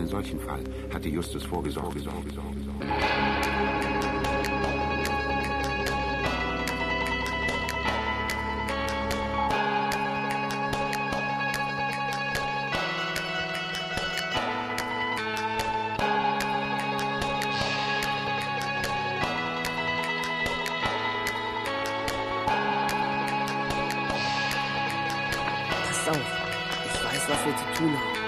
solchen Fall hatte Justus vorgesorgt. Pass auf, ich weiß, was wir zu tun haben.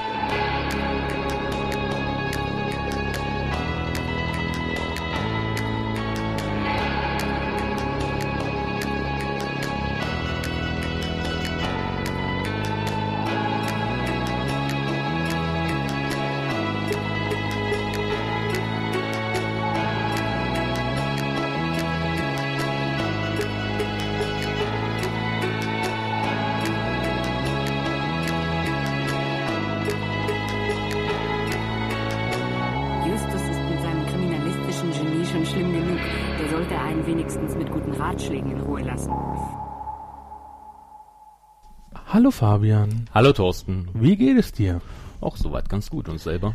Schon schlimm genug. Der sollte einen wenigstens mit guten Ratschlägen in Ruhe lassen. Hallo Fabian. Hallo Thorsten. Wie geht es dir? Auch soweit ganz gut. Und selber?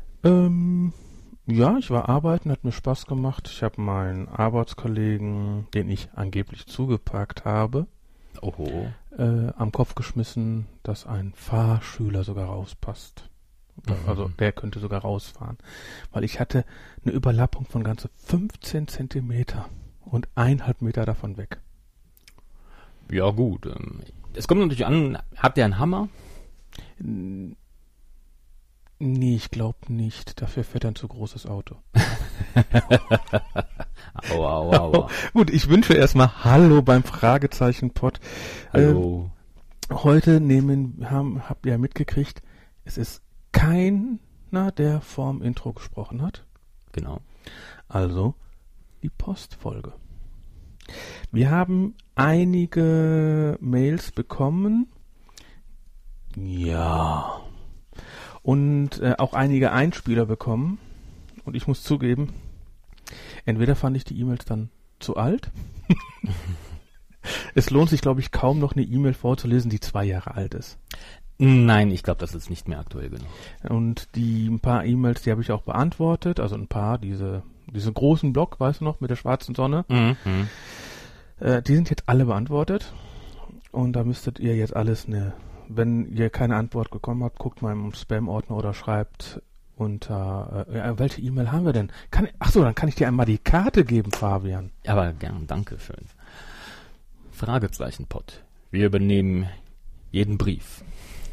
Ja, ich war arbeiten, hat mir Spaß gemacht. Ich habe meinen Arbeitskollegen, den ich angeblich zugepackt habe, am Kopf geschmissen, dass ein Fahrschüler sogar rauspasst. Also der könnte sogar rausfahren. Weil ich hatte eine Überlappung von ganze 15 Zentimeter und 1,5 Meter davon weg. Ja gut. Es kommt natürlich an, hat der einen Hammer? Nee, ich glaube nicht. Dafür fährt er ein zu großes Auto. Aua. Gut, ich wünsche erstmal Hallo beim Fragezeichen-Pod. Hallo. Heute habt ihr mitgekriegt, es ist keiner, der vorm Intro gesprochen hat. Genau. Also die Postfolge. Wir haben einige Mails bekommen. Ja. Und auch einige Einspieler bekommen. Und ich muss zugeben, entweder fand ich die E-Mails dann zu alt. Es lohnt sich, glaube ich, kaum noch eine E-Mail vorzulesen, die 2 Jahre alt ist. Nein, ich glaube, das ist nicht mehr aktuell genug. Und ein paar E-Mails, die habe ich auch beantwortet. Also ein paar, diese großen Block, weißt du noch, mit der schwarzen Sonne. Mhm. Die sind jetzt alle beantwortet. Und da müsstet ihr jetzt alles wenn ihr keine Antwort bekommen habt, guckt mal im Spam-Ordner oder schreibt unter, welche E-Mail haben wir denn? Dann kann ich dir einmal die Karte geben, Fabian. Aber gern, danke schön. Fragezeichen-Pod. Wir übernehmen jeden Brief.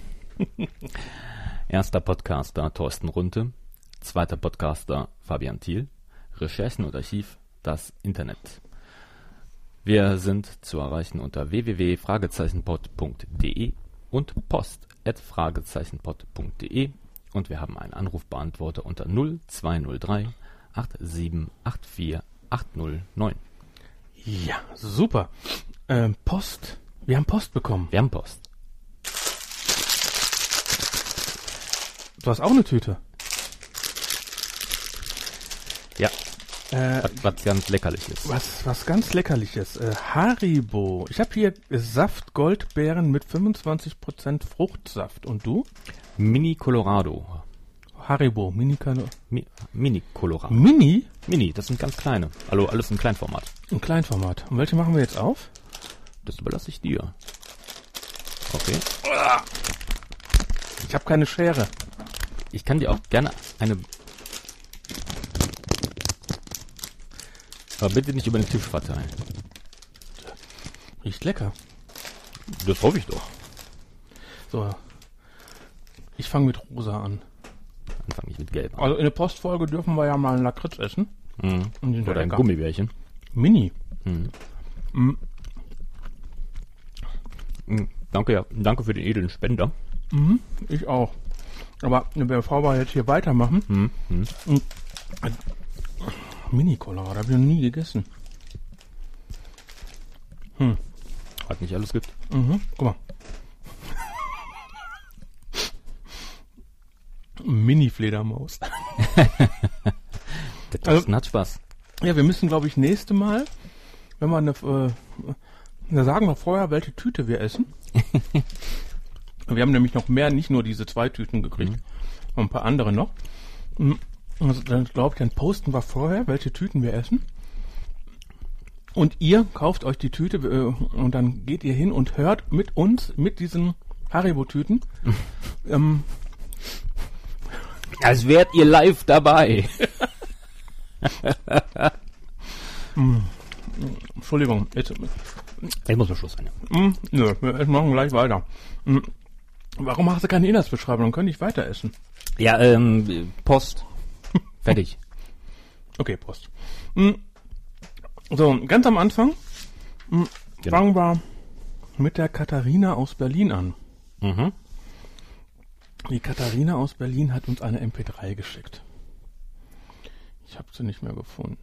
Erster Podcaster Thorsten Runte, zweiter Podcaster Fabian Thiel, Recherchen und Archiv, das Internet. Wir sind zu erreichen unter www.fragezeichenpod.de und post@fragezeichenpod.de und wir haben einen Anrufbeantworter unter 0203 8784 809. Ja, super. Post. Wir haben Post bekommen. Wir haben Post. Du hast auch eine Tüte. Ja. Was ganz Leckerliches. Was ganz Leckerliches. Haribo. Ich habe hier Saft Goldbeeren mit 25% Fruchtsaft. Und du? Mini Colorado. Haribo. Mini Colorado. Mini? Mini, das sind ganz kleine. Also alles im Kleinformat. Im Kleinformat. Und welche machen wir jetzt auf? Das überlasse ich dir. Okay. Ich habe keine Schere. Ich kann dir auch gerne eine... Aber bitte nicht über den Tisch verteilen. Riecht lecker. Das hoffe ich doch. So. Ich fange mit rosa an. Dann fange ich mit gelb an. Also in der Postfolge dürfen wir ja mal einen Lakritz essen. Mhm. Oder ein Gummibärchen. Mini. Mhm. Mhm. Danke für den edlen Spender. Mhm, ich auch. Aber bevor wir jetzt hier weitermachen, Mini-Colorado habe ich noch nie gegessen. Was nicht alles gibt. Guck mal. Mini-Fledermaus. Der Thorsten hat Spaß. Ja, wir müssen, glaube ich, nächste Mal, wenn wir sagen wir vorher, welche Tüte wir essen. Wir haben nämlich noch mehr, nicht nur diese 2 Tüten gekriegt, und ein paar andere noch. Also dann glaube ich, dann posten wir vorher, welche Tüten wir essen. Und ihr kauft euch die Tüte und dann geht ihr hin und hört mit uns, mit diesen Haribo-Tüten. Als wärt ihr live dabei. Entschuldigung, jetzt muss man Schluss sein. Nö, wir machen gleich weiter. Warum hast du keine Inhaltsbeschreibung? Dann könnte ich weiter essen. Ja, Post. Fertig. Okay, Post. So, ganz am Anfang fangen wir mit der Katharina aus Berlin an. Mhm. Die Katharina aus Berlin hat uns eine MP3 geschickt. Ich habe sie nicht mehr gefunden.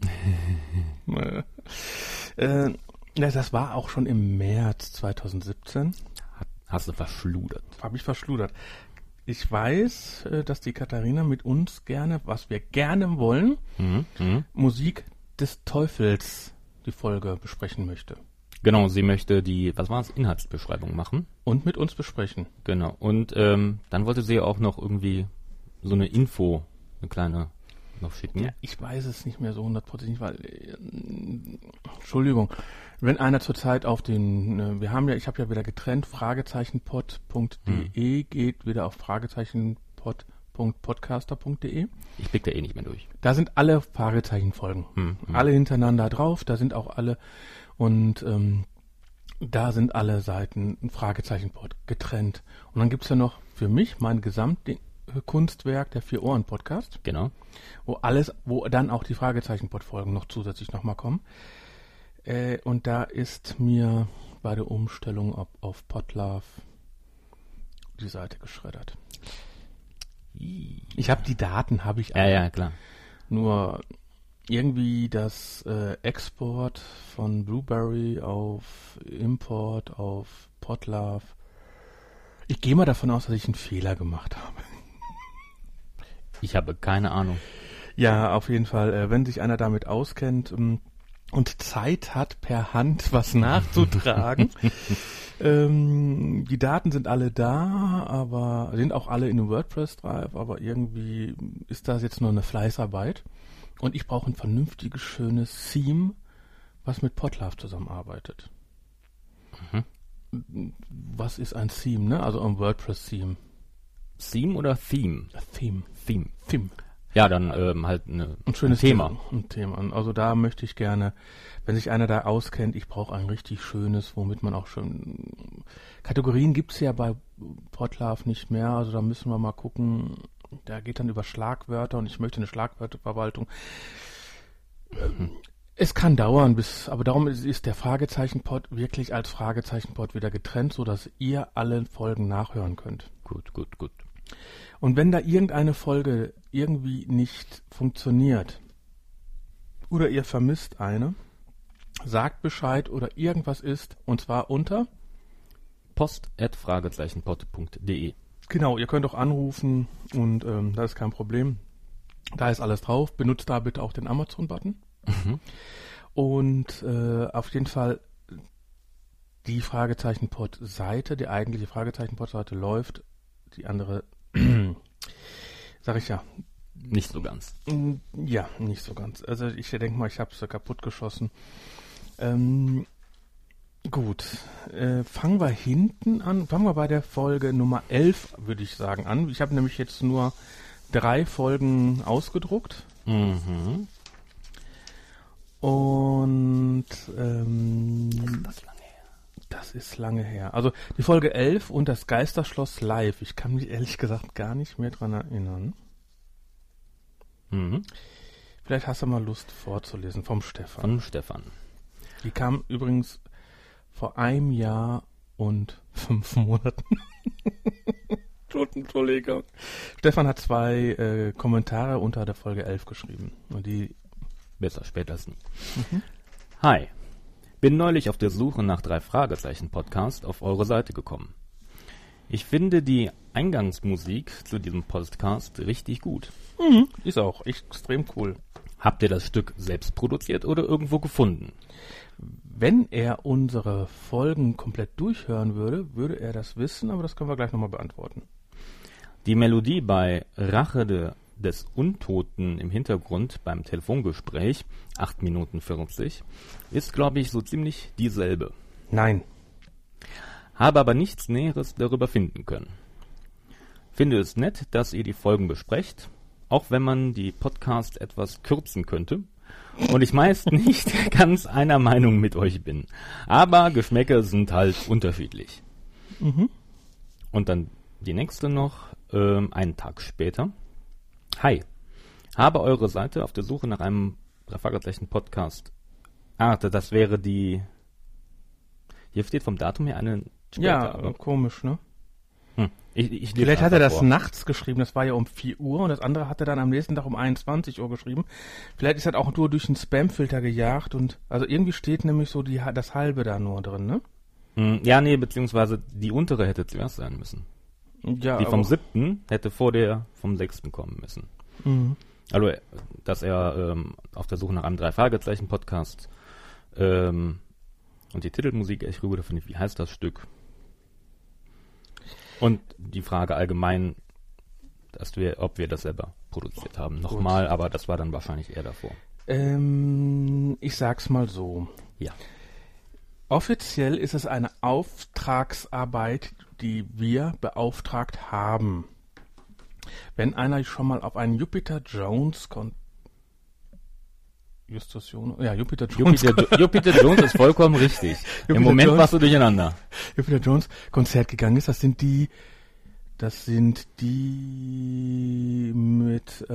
Das war auch schon im März 2017. Hast du verschludert? Habe ich verschludert. Ich weiß, dass die Katharina mit uns gerne, was wir gerne wollen, Musik des Teufels, die Folge besprechen möchte. Genau, sie möchte Inhaltsbeschreibung machen. Und mit uns besprechen. Genau, und dann wollte sie auch noch irgendwie so eine Info, eine kleine, noch schicken. Ja, ich weiß es nicht mehr so 100%, weil, Entschuldigung, wenn einer zurzeit auf den, ich habe ja wieder getrennt, fragezeichenpod.de geht wieder auf fragezeichenpod.podcaster.de. Ich blick da eh nicht mehr durch. Da sind alle Fragezeichenfolgen. Alle hintereinander drauf, da sind auch alle und da sind alle Seiten Fragezeichenpod getrennt. Und dann gibt's ja noch für mich mein Gesamtkunstwerk, der 4-Ohren-Podcast. Genau. Wo dann auch die Fragezeichenpod-Folgen noch zusätzlich nochmal kommen. Und da ist mir bei der Umstellung auf Podlove die Seite geschreddert. Ich habe die Daten, Ja, klar. Nur irgendwie das Export von Blueberry auf Import auf Podlove. Ich gehe mal davon aus, dass ich einen Fehler gemacht habe. Ich habe keine Ahnung. Ja, auf jeden Fall, wenn sich einer damit auskennt und Zeit hat, per Hand was nachzutragen. Die Daten sind alle da, aber sind auch alle in einem WordPress-Drive, aber irgendwie ist das jetzt nur eine Fleißarbeit. Und ich brauche ein vernünftiges, schönes Theme, was mit Podlove zusammenarbeitet. Was ist ein Theme, ne? Also ein WordPress-Theme. Theme oder Theme? Theme. Ja, dann halt ein schönes Thema. Ein Thema. Also da möchte ich gerne, wenn sich einer da auskennt, ich brauche ein richtig schönes, womit man auch schon... Kategorien gibt's ja bei Podlove nicht mehr, also da müssen wir mal gucken. Da geht dann über Schlagwörter und ich möchte eine Schlagwörterverwaltung. Es kann dauern, aber darum ist der Fragezeichenpod wirklich als Fragezeichenpod wieder getrennt, sodass ihr alle Folgen nachhören könnt. Gut. Und wenn da irgendeine Folge irgendwie nicht funktioniert oder ihr vermisst eine, sagt Bescheid oder irgendwas ist, und zwar unter post@fragezeichenpod.de. Genau, ihr könnt auch anrufen und das ist kein Problem. Da ist alles drauf. Benutzt da bitte auch den Amazon-Button. Und auf jeden Fall die Fragezeichenpod-Seite, die eigentliche Fragezeichenpod-Seite läuft, die andere, sag ich ja. Nicht so ganz. Ja, nicht so ganz. Also ich denke mal, ich habe sie kaputt geschossen. Gut, fangen wir hinten an. Fangen wir bei der Folge Nummer 11, würde ich sagen, an. Ich habe nämlich jetzt nur 3 Folgen ausgedruckt. Und das ist lange her. Also die Folge 11 und das Geisterschloss live. Ich kann mich ehrlich gesagt gar nicht mehr dran erinnern. Vielleicht hast du mal Lust vorzulesen vom Stefan. Die kam übrigens vor 1 Jahr und 5 Monaten. Entschuldigung. Stefan hat 2 Kommentare unter der Folge 11 geschrieben. Und die besser spät als nie. Hi. Bin neulich auf der Suche nach 3 Fragezeichen-Podcast auf eure Seite gekommen. Ich finde die Eingangsmusik zu diesem Podcast richtig gut. Ist auch extrem cool. Habt ihr das Stück selbst produziert oder irgendwo gefunden? wenn er unsere Folgen komplett durchhören würde, würde er das wissen, aber das können wir gleich nochmal beantworten. Die Melodie bei Rache des Untoten im Hintergrund beim Telefongespräch, 8 Minuten 40, ist, glaube ich, so ziemlich dieselbe. Nein. Habe aber nichts Näheres darüber finden können. Finde es nett, dass ihr die Folgen besprecht, auch wenn man die Podcasts etwas kürzen könnte und ich meist nicht ganz einer Meinung mit euch bin. Aber Geschmäcker sind halt unterschiedlich. Mhm. Und dann die nächste noch, einen Tag später. Hi, habe eure Seite auf der Suche nach einem Podcast. Das wäre die... Hier steht vom Datum her eine... Ja, komisch, ne? Vielleicht hat er das nachts geschrieben, das war ja um 4 Uhr und das andere hat er dann am nächsten Tag um 21 Uhr geschrieben. Vielleicht ist das auch nur durch den Spamfilter gejagt und also irgendwie steht nämlich so das halbe da nur drin, ne? Ja, nee, beziehungsweise die untere hätte zuerst sein müssen. Ja, die vom 7. hätte vor der vom 6. kommen müssen. Mhm. Also, dass er auf der Suche nach einem 3-Fragezeichen-Podcast und die Titelmusik, ich rüber davon nicht, wie heißt das Stück? Und die Frage allgemein, ob wir das selber produziert haben. Nochmal, aber das war dann wahrscheinlich eher davor. Ich sag's mal so. Ja. Offiziell ist es eine Auftragsarbeit, die wir beauftragt haben. Wenn einer schon mal auf einen Jupiter Jones Jupiter Jones ist vollkommen richtig. Im Moment warst du durcheinander. Jupiter Jones Konzert gegangen ist, das sind die mit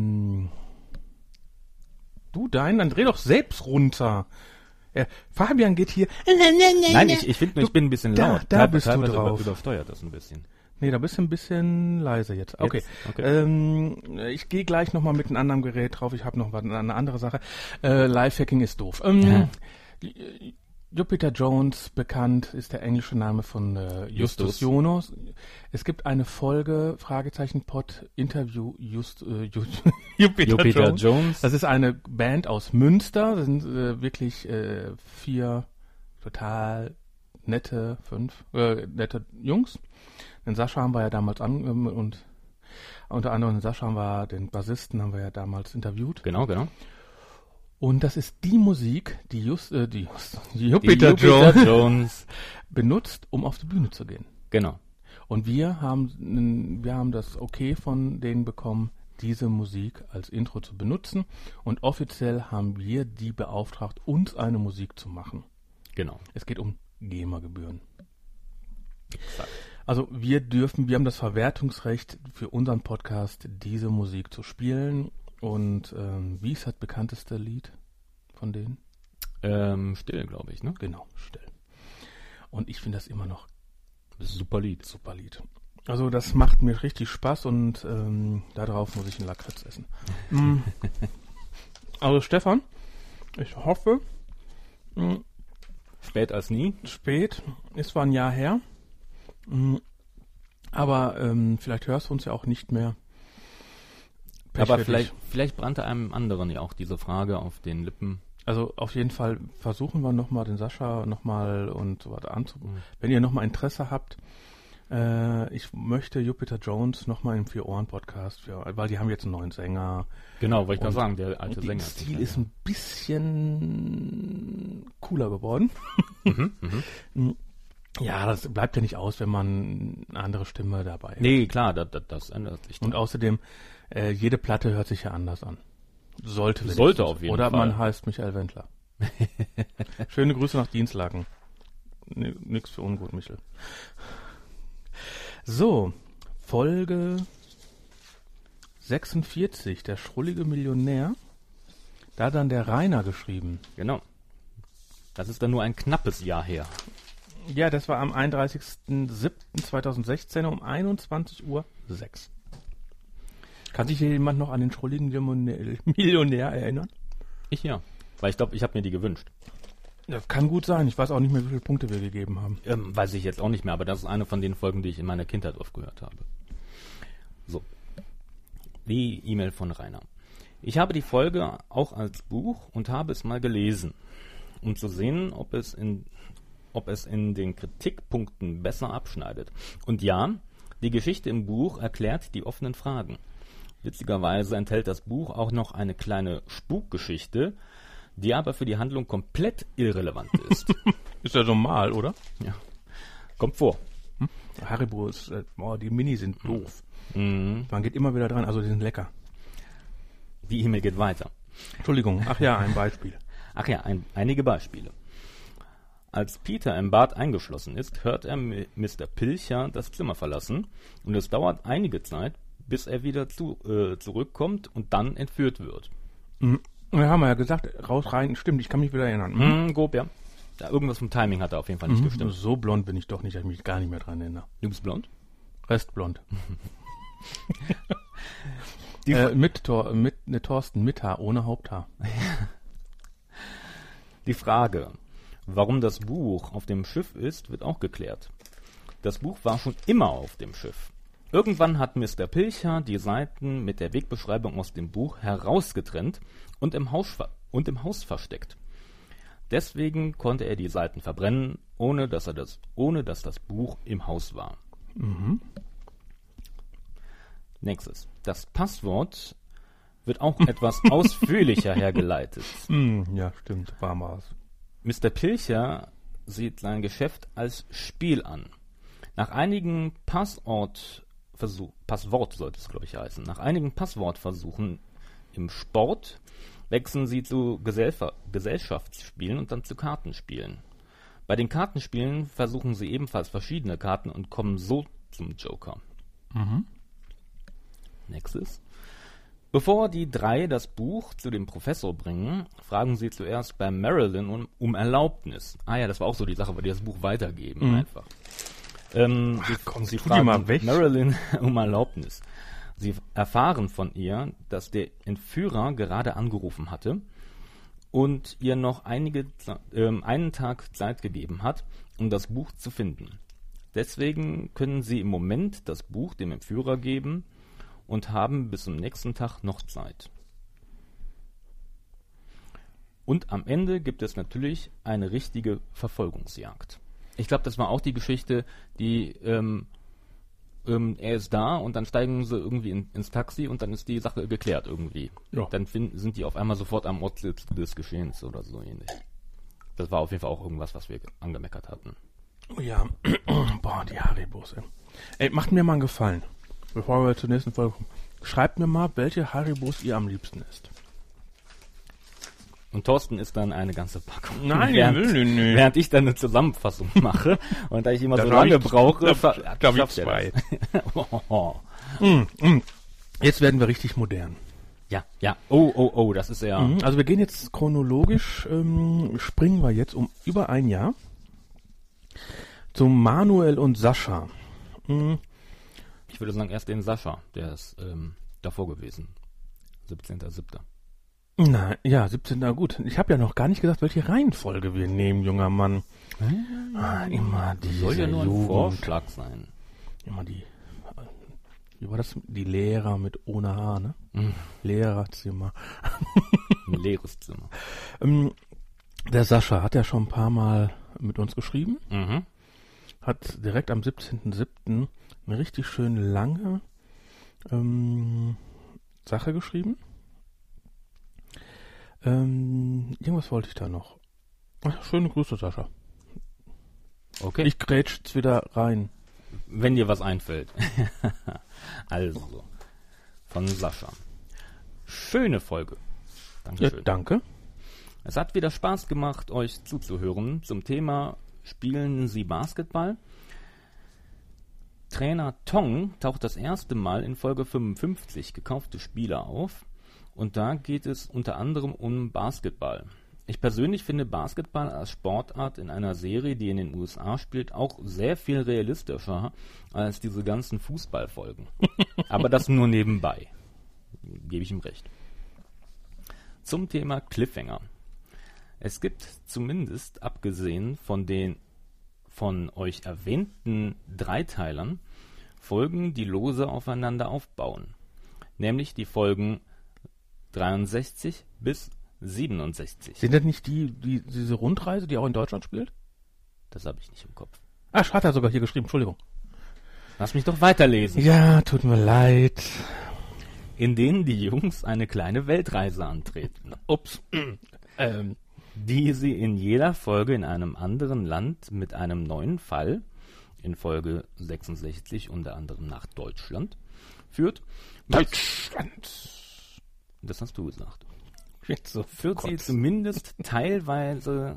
dann dreh doch selbst runter. Fabian geht hier. Nein, ich finde nur, ich bin ein bisschen laut. Da bist du drauf. Übersteuert das ein bisschen. Nee, da bist du ein bisschen leise jetzt. Okay. Ich gehe gleich nochmal mit einem anderen Gerät drauf. Ich habe noch eine andere Sache. Lifehacking ist doof. Jupiter Jones, bekannt, ist der englische Name von Justus Jonas. Es gibt eine Folge, Fragezeichen-Pod, Interview Jupiter Jones. Das ist eine Band aus Münster. Das sind wirklich 4 total nette Jungs. Den Sascha haben wir ja damals und unter anderem den Sascha haben wir, den Bassisten haben wir ja damals interviewt. Genau. Und das ist die Musik, die Jupiter Jones benutzt, um auf die Bühne zu gehen. Genau. Und wir haben das Okay von denen bekommen, diese Musik als Intro zu benutzen. Und offiziell haben wir die beauftragt, uns eine Musik zu machen. Genau. Es geht um GEMA-Gebühren. Exakt. Also wir haben das Verwertungsrecht für unseren Podcast, diese Musik zu spielen. Und wie ist das bekannteste Lied von denen? Still, glaube ich, ne? Genau, Still. Und ich finde das immer noch super Lied. Also das macht mir richtig Spaß und darauf muss ich einen Lakritz essen. Also Stefan, ich hoffe... Spät als nie. Spät, ist zwar ein Jahr her, aber vielleicht hörst du uns ja auch nicht mehr. Aber vielleicht brannte einem anderen ja auch diese Frage auf den Lippen. Also auf jeden Fall versuchen wir nochmal den Sascha nochmal und so weiter anzurufen. Wenn ihr nochmal Interesse habt, ich möchte Jupiter Jones nochmal im 4-Ohren-Podcast, weil die haben jetzt einen neuen Sänger. Genau, wollte ich gerade sagen, der alte Sänger. Der Stil ist ein bisschen cooler geworden. Ja, das bleibt ja nicht aus, wenn man eine andere Stimme dabei hat. Nee, klar, das ändert sich. Und außerdem, jede Platte hört sich ja anders an. Sollte auf jeden Oder Fall. Man heißt Michael Wendler. Schöne Grüße nach Dienstlaken. Nix für ungut, Michel. So, Folge 46, der schrullige Millionär. Da dann der Rainer geschrieben. Genau. Das ist dann nur ein knappes Jahr her. Ja, das war am 31.07.2016 um 21:06 Uhr. Kann sich hier jemand noch an den schrulligen Millionär erinnern? Ich ja, weil ich glaube, ich habe mir die gewünscht. Das kann gut sein. Ich weiß auch nicht mehr, wie viele Punkte wir gegeben haben. Weiß ich jetzt auch nicht mehr, aber das ist eine von den Folgen, die ich in meiner Kindheit oft gehört habe. So. Die E-Mail von Rainer. Ich habe die Folge auch als Buch und habe es mal gelesen. um zu sehen, ob es in den Kritikpunkten besser abschneidet. Und ja, die Geschichte im Buch erklärt die offenen Fragen. Witzigerweise enthält das Buch auch noch eine kleine Spukgeschichte, die aber für die Handlung komplett irrelevant ist. Ist ja normal, oder? Ja. Kommt vor. Haribo ist, die Minis sind doof. Man geht immer wieder dran, also die sind lecker. Die E-Mail geht weiter. Entschuldigung, ein Beispiel. Einige Beispiele. Als Peter im Bad eingeschlossen ist, hört er Mr. Pilcher das Zimmer verlassen und es dauert einige Zeit, bis er wieder zurückkommt und dann entführt wird. Ja, haben wir ja gesagt, raus, rein, stimmt, ich kann mich wieder erinnern. Grob, ja. Irgendwas vom Timing hat er auf jeden Fall nicht gestimmt. So blond bin ich doch nicht, dass ich mich gar nicht mehr dran erinnere. Du bist blond? Restblond. Thorsten mit Haar, ohne Haupthaar. Die Frage, warum das Buch auf dem Schiff ist, wird auch geklärt. Das Buch war schon immer auf dem Schiff. Irgendwann hat Mr. Pilcher die Seiten mit der Wegbeschreibung aus dem Buch herausgetrennt und im Haus versteckt. Deswegen konnte er die Seiten verbrennen, ohne dass das Buch im Haus war. Nächstes. Das Passwort wird auch etwas ausführlicher hergeleitet. Ja, stimmt, war mal was. Mr. Pilcher sieht sein Geschäft als Spiel an. Nach einigen Passwort sollte es, glaube ich, heißen. Nach einigen Passwortversuchen im Sport wechseln sie zu Gesellschaftsspielen und dann zu Kartenspielen. Bei den Kartenspielen versuchen sie ebenfalls verschiedene Karten und kommen so zum Joker. Nächstes. Bevor die drei das Buch zu dem Professor bringen, fragen sie zuerst bei Marilyn um Erlaubnis. Das war auch so die Sache, weil die das Buch weitergeben einfach. Sie fragen Marilyn um Erlaubnis. Sie erfahren von ihr, dass der Entführer gerade angerufen hatte und ihr noch einen Tag Zeit gegeben hat, um das Buch zu finden. Deswegen können sie im Moment das Buch dem Entführer geben und haben bis zum nächsten Tag noch Zeit. Und am Ende gibt es natürlich eine richtige Verfolgungsjagd. Ich glaube, das war auch die Geschichte, die er ist da und dann steigen sie irgendwie ins Taxi und dann ist die Sache geklärt irgendwie. Ja. Dann sind die auf einmal sofort am Ort des Geschehens oder so ähnlich. Das war auf jeden Fall auch irgendwas, was wir angemeckert hatten. Oh ja, boah, die Haribos, ey. Ey, macht mir mal einen Gefallen, bevor wir zur nächsten Folge kommen. Schreibt mir mal, welche Haribos ihr am liebsten isst. Und Thorsten isst dann eine ganze Packung. Nein, während ich dann eine Zusammenfassung mache. Und da ich immer so lange brauche, glaube ich 2. Jetzt werden wir richtig modern. Ja. Oh, das ist ja... Also wir gehen jetzt chronologisch, springen wir jetzt um über ein Jahr zu Manuel und Sascha. Ich würde sagen, erst den Sascha, der ist davor gewesen. 17.07. Na, ja, 17. Gut. Ich habe ja noch gar nicht gesagt, welche Reihenfolge wir nehmen, junger Mann. Immer die. Soll ja nur ein Vorschlag sein. Immer die. Wie war das? Die Lehrer mit ohne Haar, ne? Lehrerzimmer. Ein leeres Zimmer. Der Sascha hat ja schon ein paar Mal mit uns geschrieben. Hat direkt am 17.07. eine richtig schön lange Sache geschrieben. Irgendwas wollte ich da noch. Ach, schöne Grüße, Sascha. Okay. Ich grätsch jetzt wieder rein. Wenn dir was einfällt. Also, von Sascha. Schöne Folge. Dankeschön. Ja, danke. Es hat wieder Spaß gemacht, euch zuzuhören zum Thema Spielen Sie Basketball? Trainer Tong taucht das erste Mal in Folge 55 gekaufte Spieler auf. Und da geht es unter anderem um Basketball. Ich persönlich finde Basketball als Sportart in einer Serie, die in den USA spielt, auch sehr viel realistischer als diese ganzen Fußballfolgen. Aber das nur nebenbei. Gebe ich ihm recht. Zum Thema Cliffhanger. Es gibt zumindest, abgesehen von den von euch erwähnten Dreiteilern, Folgen, die lose aufeinander aufbauen. Nämlich die Folgen 63 bis 67. Sind das nicht diese Rundreise, die auch in Deutschland spielt? Das habe ich nicht im Kopf. Ach, hat er sogar hier geschrieben, Entschuldigung. Lass mich doch weiterlesen. Ja, tut mir leid. In denen die Jungs eine kleine Weltreise antreten. Ups. Die sie in jeder Folge in einem anderen Land mit einem neuen Fall, in Folge 66 unter anderem nach Deutschland, führt. Deutschland. Das hast du gesagt. So Führt mit zumindest teilweise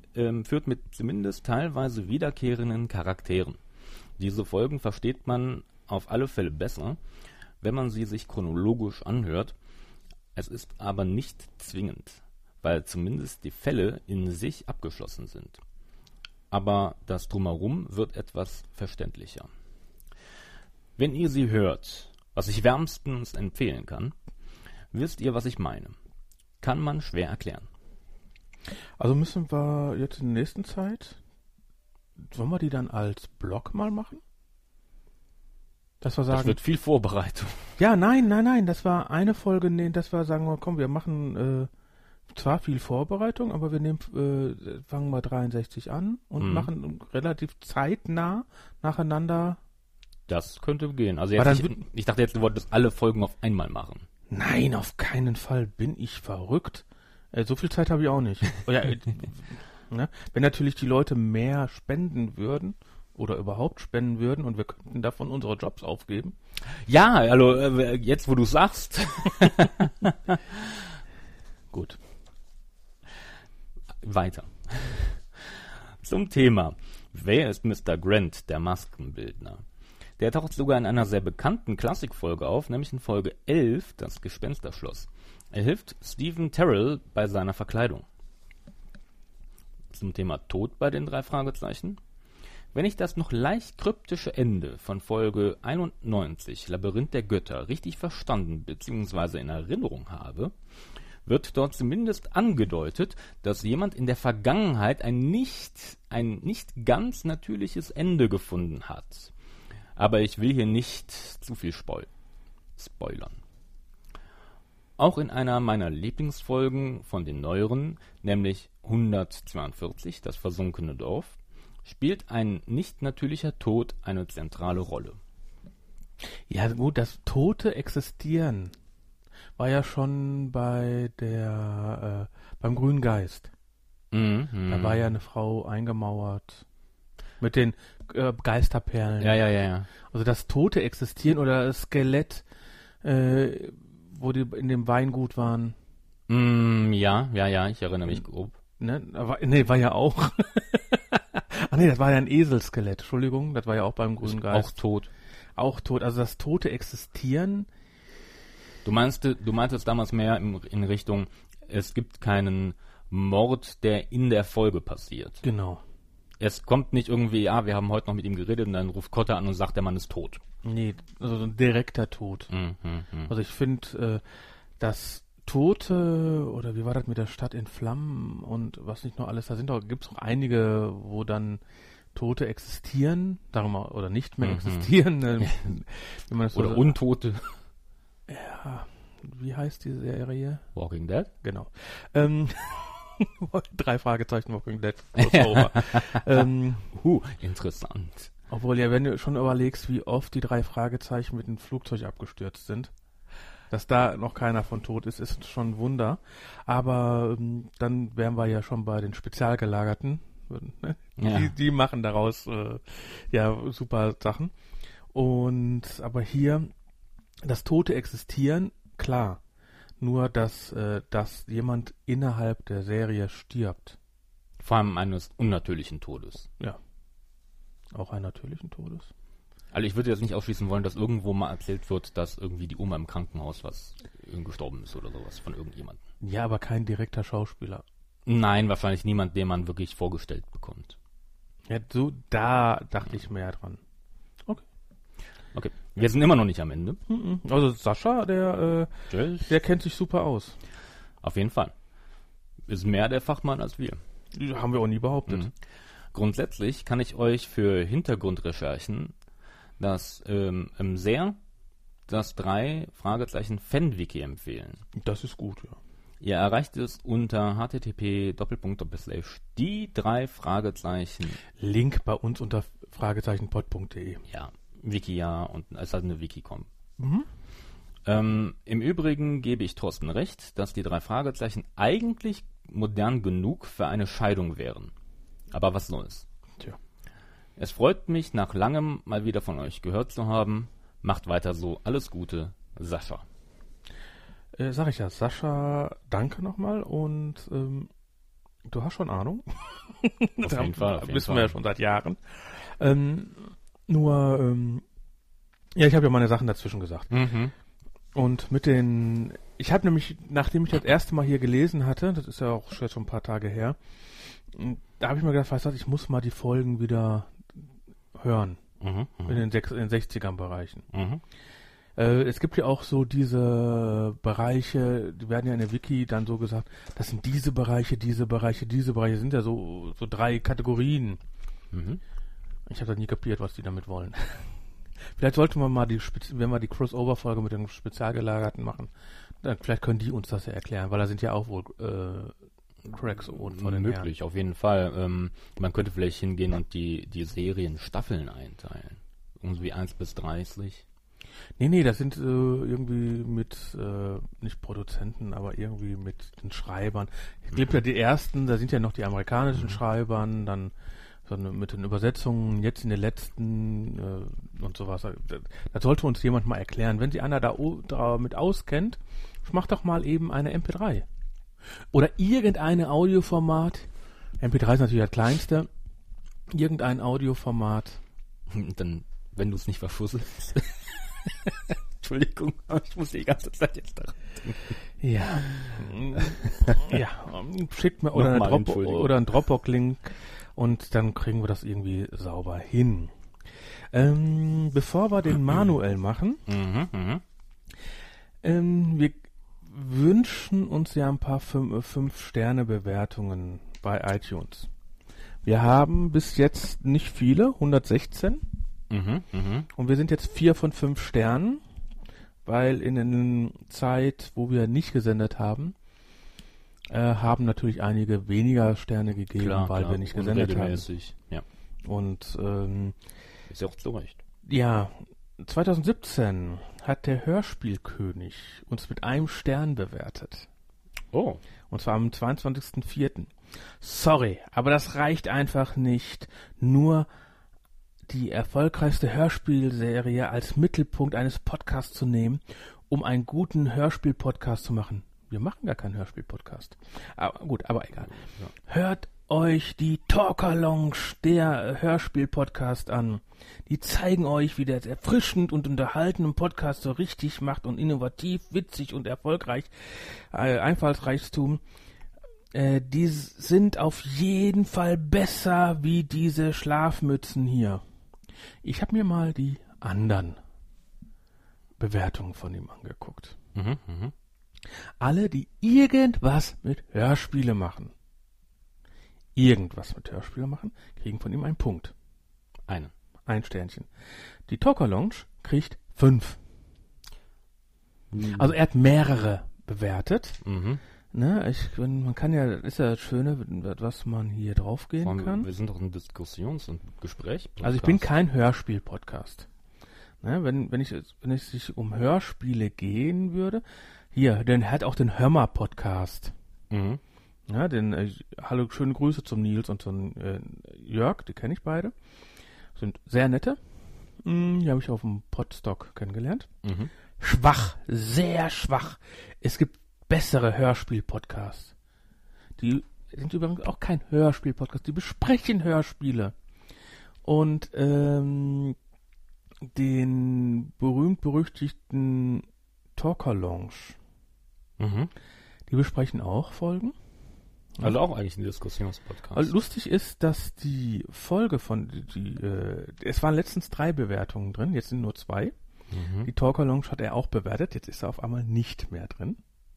wiederkehrenden Charakteren. Diese Folgen versteht man auf alle Fälle besser, wenn man sie sich chronologisch anhört. Es ist aber nicht zwingend, weil zumindest die Fälle in sich abgeschlossen sind. Aber das Drumherum wird etwas verständlicher. Wenn ihr sie hört, was ich wärmstens empfehlen kann, wisst ihr, was ich meine. Kann man schwer erklären. Also müssen wir jetzt in der nächsten Zeit, sollen wir die dann als Blog mal machen? Dass wir sagen, das wird viel Vorbereitung. Ja, nein, das war eine Folge, dass wir sagen, komm, wir machen zwar viel Vorbereitung, aber wir fangen mal 63 an und machen relativ zeitnah nacheinander. Das könnte gehen. Also jetzt ich dachte jetzt, du wolltest alle Folgen auf einmal machen. Nein, auf keinen Fall. Bin ich verrückt? So viel Zeit habe ich auch nicht. Ja, ne? Wenn natürlich die Leute mehr spenden würden oder überhaupt spenden würden und wir könnten davon unsere Jobs aufgeben. Ja, also jetzt, wo du sagst. Gut. Weiter. Zum Thema. Wer ist Mr. Grant, der Maskenbildner? Der taucht sogar in einer sehr bekannten Klassikfolge auf, nämlich in Folge 11, das Gespensterschloss. Er hilft Stephen Terrell bei seiner Verkleidung. Zum Thema Tod bei den 3 Fragezeichen. Wenn ich das noch leicht kryptische Ende von Folge 91, Labyrinth der Götter, richtig verstanden bzw. in Erinnerung habe, wird dort zumindest angedeutet, dass jemand in der Vergangenheit ein nicht ganz natürliches Ende gefunden hat. Aber ich will hier nicht zu viel spoilern. Auch in einer meiner Lieblingsfolgen von den neueren, nämlich 142, das versunkene Dorf, spielt ein nicht natürlicher Tod eine zentrale Rolle. Ja gut, das tote Existieren war ja schon beim Grünen Geist. Da war ja eine Frau eingemauert mit den Geisterperlen. Ja. Also das tote Existieren oder das Skelett, wo die in dem Weingut waren. Ja, ich erinnere mich grob. Ne? War ja auch. Ach nee, das war ja ein Eselskelett, Entschuldigung, das war ja auch beim Grünen Geist. Auch tot, also das tote Existieren. Du meintest damals mehr in Richtung, es gibt keinen Mord, der in der Folge passiert. Genau. Es kommt nicht irgendwie, wir haben heute noch mit ihm geredet und dann ruft Kotter an und sagt, der Mann ist tot. Nee, also so ein direkter Tod. Also ich finde, das Tote, oder wie war das mit der Stadt in Flammen und was nicht noch alles, gibt es auch einige, wo dann Tote existieren, oder nicht mehr existieren. Wie man das oder Untote. Ja, wie heißt diese Serie? Walking Dead? Genau. 3 Fragezeichen Walking Dead. Interessant. Obwohl, ja, wenn du schon überlegst, wie oft die 3 Fragezeichen mit dem Flugzeug abgestürzt sind, dass da noch keiner von tot ist schon ein Wunder. Aber dann wären wir ja schon bei den Spezialgelagerten. Ne? Ja. Die machen daraus super Sachen. Aber hier, das tote Existieren, klar. Nur, dass jemand innerhalb der Serie stirbt. Vor allem eines unnatürlichen Todes. Ja. Auch einen natürlichen Todes. Also ich würde jetzt nicht ausschließen wollen, dass irgendwo mal erzählt wird, dass irgendwie die Oma im Krankenhaus gestorben ist oder sowas von irgendjemandem. Ja, aber kein direkter Schauspieler. Nein, wahrscheinlich niemand, den man wirklich vorgestellt bekommt. Ja, da dachte ich mehr dran. Okay, wir sind immer noch nicht am Ende. Also Sascha, der kennt sich super aus. Auf jeden Fall. Ist mehr der Fachmann als wir. Haben wir auch nie behauptet. Grundsätzlich kann ich euch für Hintergrundrecherchen das 3 Fragezeichen Fan-Wiki empfehlen. Das ist gut, ja. Ihr erreicht es unter http://die3 Link bei uns unter fragezeichenpod.de. Ja, Wiki ja, und es hat eine Wiki.com. Im Übrigen gebe ich Thorsten recht, dass die 3 Fragezeichen eigentlich modern genug für eine Scheidung wären. Aber was soll's? Tja. Es freut mich, nach langem mal wieder von euch gehört zu haben. Macht weiter so. Alles Gute, Sascha. Sag ich ja, Sascha, danke nochmal und du hast schon Ahnung. Auf jeden Fall. Wissen wir ja schon seit Jahren. Ja, ich habe ja meine Sachen dazwischen gesagt. Und ich habe nämlich, nachdem ich das erste Mal hier gelesen hatte, das ist ja auch schon ein paar Tage her, da habe ich mir gedacht, weißt du, ich muss mal die Folgen wieder hören. In den 60er-Bereichen. Es gibt ja auch so diese Bereiche, die werden ja in der Wiki dann so gesagt, das sind diese Bereiche, sind ja so 3 Kategorien. Ich habe da nie kapiert, was die damit wollen. Vielleicht sollten wir mal wenn wir die Crossover-Folge mit den Spezialgelagerten machen, dann vielleicht können die uns das ja erklären, weil da sind ja auch wohl Cracks und von den möglich, Herren. Auf jeden Fall. Man könnte vielleicht hingehen und die Serien Staffeln einteilen. Irgendwie 1 bis 30. Nee, das sind irgendwie mit, nicht Produzenten, aber irgendwie mit den Schreibern. Es gibt ja die ersten, da sind ja noch die amerikanischen Schreibern, dann so mit den Übersetzungen, jetzt in den letzten und sowas. Das sollte uns jemand mal erklären. Wenn sich einer da mit auskennt, mach doch mal eben eine MP3. Oder irgendein Audioformat. MP3 ist natürlich das kleinste. Irgendein Audioformat. Dann, wenn du es nicht verschusselst. Entschuldigung, aber ich muss die ganze Zeit jetzt daran denken. Ja. Ja. Schickt mir oder einen Dropbox-Link und dann kriegen wir das irgendwie sauber hin. Bevor wir den Manuel machen, wir wünschen uns ja ein paar 5-Sterne-Bewertungen bei iTunes. Wir haben bis jetzt nicht viele, 116. Und wir sind jetzt 4 von 5 Sternen, weil in der Zeit, wo wir nicht gesendet haben, haben natürlich einige weniger Sterne gegeben, weil wir nicht gesendet haben. Ja. Und ist ja auch zu Recht. Ja, 2017 hat der Hörspielkönig uns mit 1 Stern bewertet. Oh. Und zwar am 22.04. Sorry, aber das reicht einfach nicht, nur die erfolgreichste Hörspielserie als Mittelpunkt eines Podcasts zu nehmen, um einen guten Hörspiel-Podcast zu machen. Wir machen gar keinen Hörspiel-Podcast. Aber gut, aber egal. Ja. Hört euch die Talker Lounge, der Hörspiel-Podcast an. Die zeigen euch, wie der erfrischend und unterhaltenden Podcast so richtig macht und innovativ, witzig und erfolgreich, Einfallsreichtum. Die sind auf jeden Fall besser wie diese Schlafmützen hier. Ich habe mir mal die anderen Bewertungen von ihm angeguckt. Alle, die irgendwas mit Hörspiele machen, kriegen von ihm einen Punkt. Ein Sternchen. Die Talker Lounge kriegt 5. Also er hat mehrere bewertet. Ne, man kann ja, das ist ja das Schöne, was man hier draufgehen kann. Wir sind doch ein Diskussions- und Gespräch. Also ich bin kein Hörspiel-Podcast. Ne, wenn es sich um Hörspiele gehen würde, der hat auch den Hörmer-Podcast. Ja, hallo, schöne Grüße zum Nils und zum Jörg, die kenne ich beide. Sind sehr nette. Die habe ich auf dem Podstock kennengelernt. Schwach, sehr schwach. Es gibt bessere Hörspiel-Podcasts. Die sind übrigens auch kein Hörspiel-Podcast, die besprechen Hörspiele. Und den berühmt-berüchtigten Talker Lounge, die besprechen auch Folgen. Also auch eigentlich ein Diskussionspodcast. Also lustig ist, dass die Folge es waren letztens 3 Bewertungen drin, jetzt sind nur 2. Die Talker Lounge hat er auch bewertet, jetzt ist er auf einmal nicht mehr drin.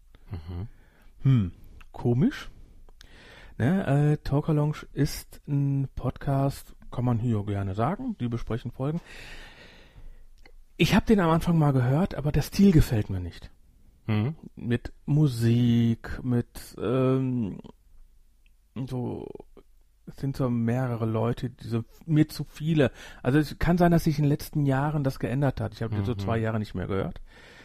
Komisch. Ne, Talker Lounge ist ein Podcast, kann man hier gerne sagen, die besprechen Folgen. Ich habe den am Anfang mal gehört, aber der Stil gefällt mir nicht. Mit Musik, mit so, es sind so mehrere Leute, mir zu viele. Also es kann sein, dass sich in den letzten Jahren das geändert hat. Ich habe so 2 Jahre nicht mehr gehört.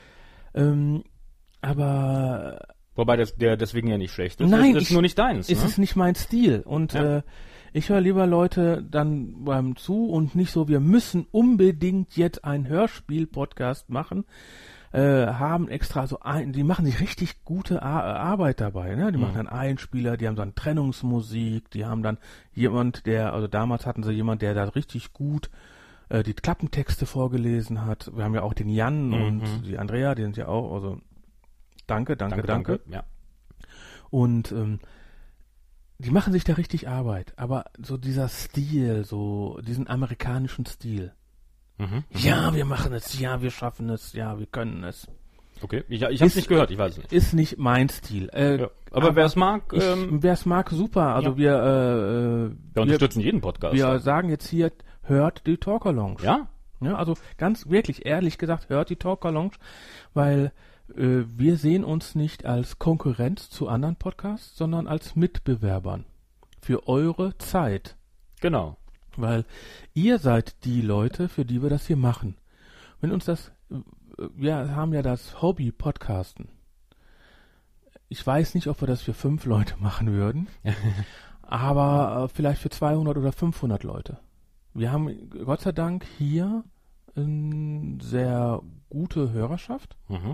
Aber wobei der deswegen ja nicht schlecht ist. Nein, das ist nur nicht deins. Es ist nicht mein Stil. Und ich höre lieber Leute dann beim zu und nicht so, wir müssen unbedingt jetzt einen Hörspiel-Podcast machen. Haben extra die machen sich richtig gute Arbeit dabei, ne? Die machen dann Einspieler, die haben dann Trennungsmusik, die haben dann damals hatten sie jemand, der da richtig gut die Klappentexte vorgelesen hat. Wir haben ja auch den Jan und die Andrea, die sind ja auch, also danke. Ja. Und die machen sich da richtig Arbeit, aber so dieser Stil, so diesen amerikanischen Stil. Ja, wir machen es, ja, wir schaffen es, ja, wir können es. Okay, ich habe es nicht gehört, ich weiß es nicht. Ist nicht mein Stil. Aber wer es mag... wer es mag, super. Also wir unterstützen jeden Podcast. Wir sagen jetzt hier, hört die Talker Lounge. Ja? Ja, also ganz wirklich, ehrlich gesagt, hört die Talker Lounge, weil wir sehen uns nicht als Konkurrenz zu anderen Podcasts, sondern als Mitbewerbern für eure Zeit. Genau. Weil ihr seid die Leute, für die wir das hier machen. Wenn uns wir haben ja das Hobby Podcasten. Ich weiß nicht, ob wir das für 5 Leute machen würden, aber vielleicht für 200 oder 500 Leute. Wir haben Gott sei Dank hier eine sehr gute Hörerschaft.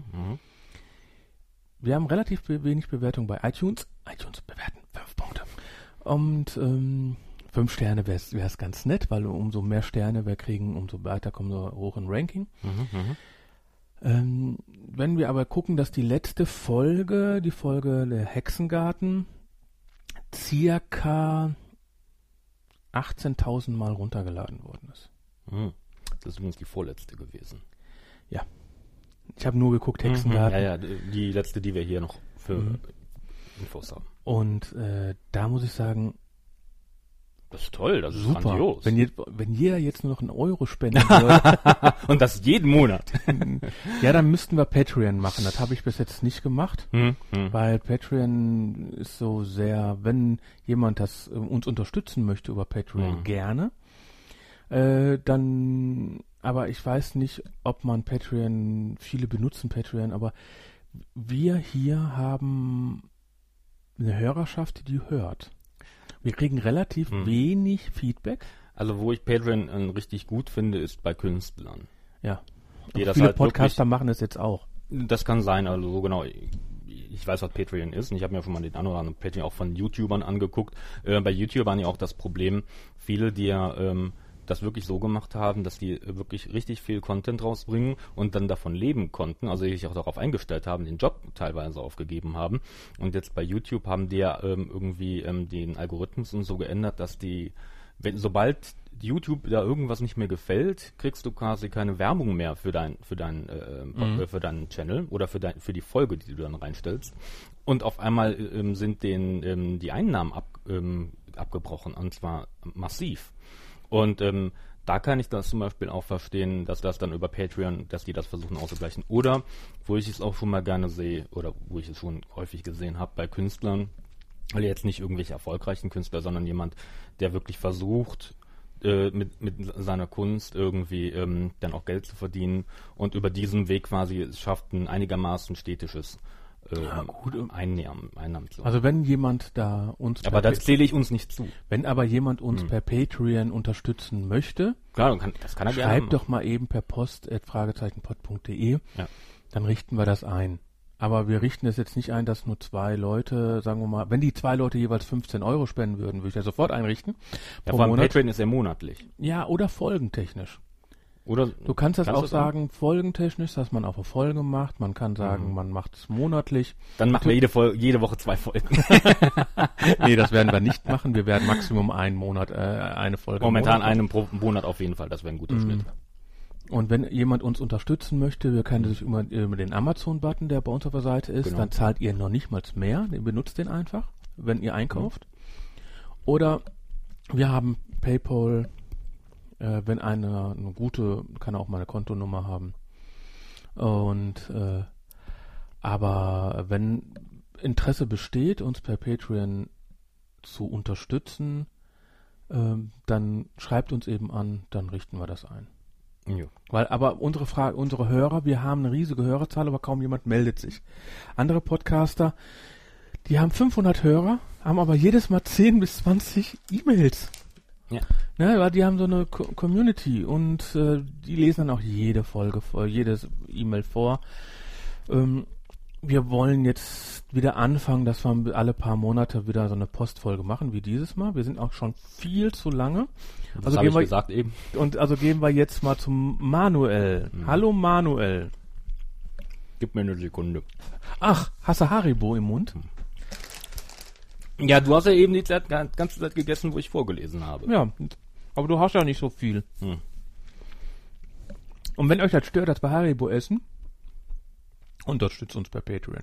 Wir haben relativ wenig Bewertung bei iTunes. iTunes bewerten 5 Punkte. Und 5 Sterne wäre es ganz nett, weil umso mehr Sterne wir kriegen, umso weiter kommen wir hoch im Ranking. Wenn wir aber gucken, dass die letzte Folge, die Folge der Hexengarten, circa 18.000 Mal runtergeladen worden ist. Das ist übrigens die vorletzte gewesen. Ja. Ich habe nur geguckt, Hexengarten. Ja, die letzte, die wir hier noch für Infos haben. Und da muss ich sagen, das ist toll, das ist super. Grandios. Wenn jeder jetzt nur noch einen Euro spenden würde. Und das jeden Monat. Ja, dann müssten wir Patreon machen. Das habe ich bis jetzt nicht gemacht, weil Patreon ist so sehr, wenn jemand das uns unterstützen möchte über Patreon, gerne. Dann, aber ich weiß nicht, ob man Patreon, viele benutzen Patreon, aber wir hier haben eine Hörerschaft, die hört. Wir kriegen relativ wenig Feedback. Also wo ich Patreon richtig gut finde, ist bei Künstlern. Ja. Viele halt Podcaster machen es jetzt auch. Das kann sein, also so genau. Ich weiß, was Patreon ist und ich habe mir schon mal den anderen oder anderen Patreon auch von YouTubern angeguckt. Bei YouTubern ja auch das Problem, viele, die ja das wirklich so gemacht haben, dass die wirklich richtig viel Content rausbringen und dann davon leben konnten, also sich auch darauf eingestellt haben, den Job teilweise aufgegeben haben. Und jetzt bei YouTube haben die ja irgendwie den Algorithmus und so geändert, dass sobald YouTube da irgendwas nicht mehr gefällt, kriegst du quasi keine Werbung mehr für deinen Channel oder für die Folge, die du dann reinstellst. Und auf einmal sind denen die Einnahmen abgebrochen, und zwar massiv. Und da kann ich das zum Beispiel auch verstehen, dass das dann über Patreon, dass die das versuchen auszugleichen. Oder, wo ich es auch schon mal gerne sehe, oder wo ich es schon häufig gesehen habe, bei Künstlern, weil jetzt nicht irgendwelche erfolgreichen Künstler, sondern jemand, der wirklich versucht, mit seiner Kunst irgendwie dann auch Geld zu verdienen und über diesen Weg quasi es schafft, ein einigermaßen stätisches Einnahmen zu. Also wenn jemand da uns... Aber das zähle ich uns nicht zu. Wenn aber jemand uns per Patreon unterstützen möchte, klar, das kann er gerne schreibt doch mal eben per Post @fragezeichen-pod.de, dann richten wir das ein. Aber wir richten es jetzt nicht ein, dass nur 2 Leute, sagen wir mal, wenn die 2 Leute jeweils 15 Euro spenden würden, würde ich ja sofort einrichten. Ja, vor allem Patreon ist ja monatlich. Ja, oder folgentechnisch. Oder du kannst das auch sagen, folgentechnisch, dass man auf eine Folge macht. Man kann sagen, man macht es monatlich. Dann machen wir jede Woche 2 Folgen. Nee, das werden wir nicht machen. Wir werden Maximum einen Monat eine Folge momentan einen pro Monat auf jeden Fall. Das wäre ein guter Schnitt. Und wenn jemand uns unterstützen möchte, wir können sich über den Amazon-Button, der bei uns auf der Seite ist, dann zahlt ihr noch nicht mal mehr. Den benutzt den einfach, wenn ihr einkauft. Oder wir haben PayPal. Wenn eine gute, kann auch mal eine Kontonummer haben. Und Aber wenn Interesse besteht, uns per Patreon zu unterstützen, dann schreibt uns eben an, dann richten wir das ein. Jo. Weil, aber unsere Hörer, wir haben eine riesige Hörerzahl, aber kaum jemand meldet sich. Andere Podcaster, die haben 500 Hörer, haben aber jedes Mal 10 bis 20 E-Mails. Ja. Ne, weil die haben so eine Community und die lesen dann auch jede Folge, jedes E-Mail vor. Wir wollen jetzt wieder anfangen, dass wir alle paar Monate wieder so eine Postfolge machen, wie dieses Mal. Wir sind auch schon viel zu lange. Das habe ich gesagt eben. Und also gehen wir jetzt mal zum Manuel. Hallo Manuel. Gib mir eine Sekunde. Ach, hast du Haribo im Mund? Ja, du hast ja eben die ganze Zeit gegessen, wo ich vorgelesen habe. Ja, aber du hast ja nicht so viel. Und wenn euch das stört, dass wir Haribo essen, unterstützt uns per Patreon.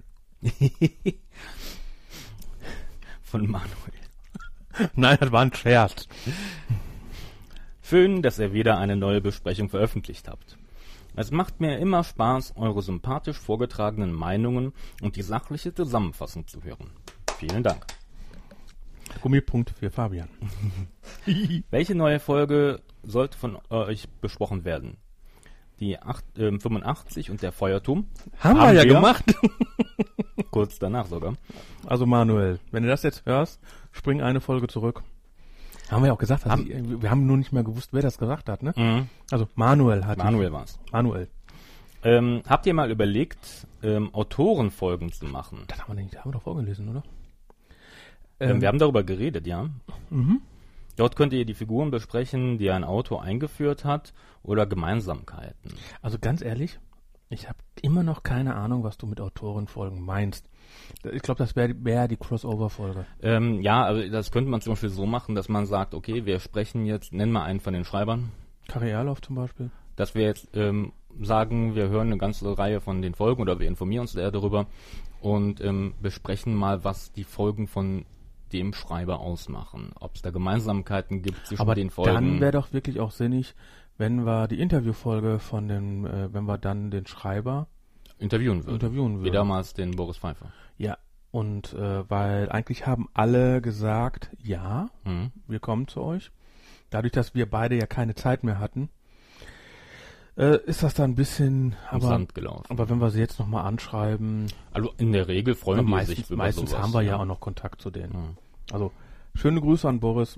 Von Manuel. Nein, das war ein Scherz. Schön, dass ihr wieder eine neue Besprechung veröffentlicht habt. Es macht mir immer Spaß, eure sympathisch vorgetragenen Meinungen und die sachliche Zusammenfassung zu hören. Vielen Dank. Gummipunkt für Fabian. Welche neue Folge sollte von euch besprochen werden? Die 85 und der Feuerturm. Haben wir ja gemacht. Kurz danach sogar. Also Manuel, wenn du das jetzt hörst, spring eine Folge zurück. Haben wir ja auch gesagt. Wir haben nur nicht mehr gewusst, wer das gesagt hat, ne? Mhm. Also Manuel war's. Manuel. Habt ihr mal überlegt, Autorenfolgen zu machen? Das haben wir doch vorgelesen, oder? Wir haben darüber geredet, ja. Mhm. Dort könnt ihr die Figuren besprechen, die ein Autor eingeführt hat, oder Gemeinsamkeiten. Also ganz ehrlich, ich habe immer noch keine Ahnung, was du mit Autorenfolgen meinst. Ich glaube, das wäre die Crossover-Folge. Ja, also das könnte man zum Beispiel so machen, dass man sagt, okay, wir sprechen jetzt, nennen wir einen von den Schreibern. Karealow zum Beispiel. Dass wir jetzt sagen, wir hören eine ganze Reihe von den Folgen oder wir informieren uns darüber und besprechen mal, was die Folgen von dem Schreiber ausmachen. Ob es da Gemeinsamkeiten gibt zwischen den Folgen. Aber dann wäre doch wirklich auch sinnig, wenn wir die Interviewfolge von wenn wir dann den Schreiber interviewen würden. Wie damals den Boris Pfeiffer. Ja, und weil eigentlich haben alle gesagt, ja, wir kommen zu euch. Dadurch, dass wir beide ja keine Zeit mehr hatten, ist das dann ein bisschen im Sand gelaufen. Aber wenn wir sie jetzt nochmal anschreiben... Also in der Regel freuen die sich über meistens sowas. Haben wir ja auch noch Kontakt zu denen. Also, schöne Grüße an Boris.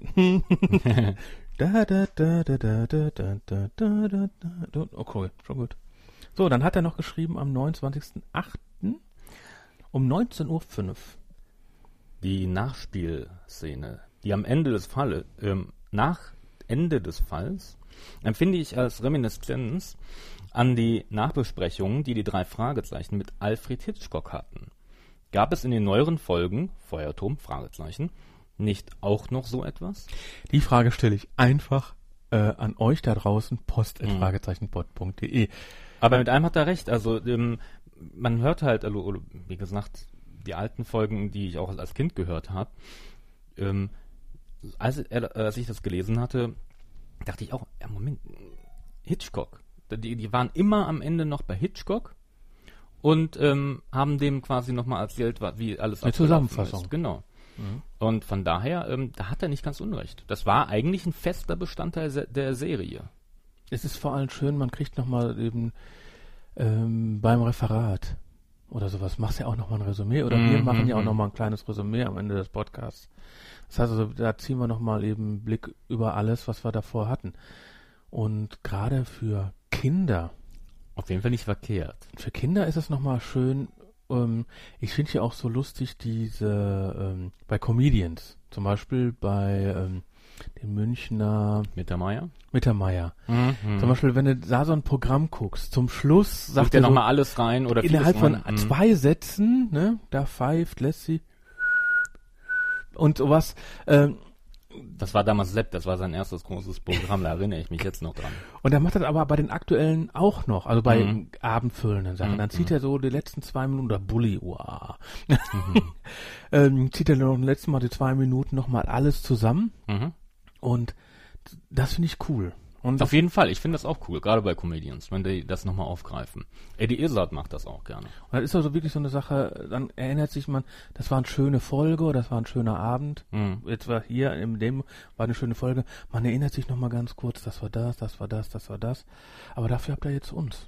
Okay, schon gut. So, dann hat er noch geschrieben am 29.08. um 19:05 Uhr. Die Nachspielszene, die am Ende des Falles, nach Ende des Falls, empfinde ich als Reminiszenz an die Nachbesprechungen, die 3 Fragezeichen mit Alfred Hitchcock hatten. Gab es in den neueren Folgen, Feuerturm, Fragezeichen, nicht auch noch so etwas? Die Frage stelle ich einfach an euch da draußen, post@fragezeichenpod.de. Aber mit einem hat er recht, also man hört halt, also, wie gesagt, die alten Folgen, die ich auch als Kind gehört habe, als ich das gelesen hatte, dachte ich auch, ja Moment, Hitchcock, die waren immer am Ende noch bei Hitchcock und haben dem quasi nochmal erzählt, wie alles eine Zusammenfassung ist. Genau. Und von daher, da hat er nicht ganz unrecht. Das war eigentlich ein fester Bestandteil der Serie. Es ist vor allem schön, man kriegt nochmal eben beim Referat oder sowas, machst ja auch nochmal ein Resümee oder wir machen ja auch nochmal ein kleines Resümee am Ende des Podcasts. Das heißt also, da ziehen wir nochmal eben Blick über alles, was wir davor hatten. Und gerade für Kinder. Auf jeden Fall nicht verkehrt. Für Kinder ist es nochmal schön. Ich finde ja auch so lustig diese bei Comedians, zum Beispiel bei den Münchner Mittermeier. Zum Beispiel, wenn du da so ein Programm guckst, zum Schluss sagt er nochmal alles rein oder innerhalb von 2 Sätzen, ne, da pfeift, lässt sie und sowas. Das war damals Sepp, das war sein erstes großes Programm, da erinnere ich mich jetzt noch dran. Und er macht das aber bei den aktuellen auch noch, also bei abendfüllenden Sachen. Dann zieht er so die letzten 2 Minuten, oder Bulli, zieht er noch die 2 Minuten nochmal alles zusammen. Und das finde ich cool. Und auf jeden Fall, ich finde das auch cool, gerade bei Comedians, wenn die das nochmal aufgreifen. Eddie Izzard macht das auch gerne. Und das ist also wirklich so eine Sache, dann erinnert sich man, das war eine schöne Folge, das war ein schöner Abend. Jetzt war hier in dem, war eine schöne Folge. Man erinnert sich nochmal ganz kurz, das war das, das war das, das war das. Aber dafür habt ihr jetzt uns.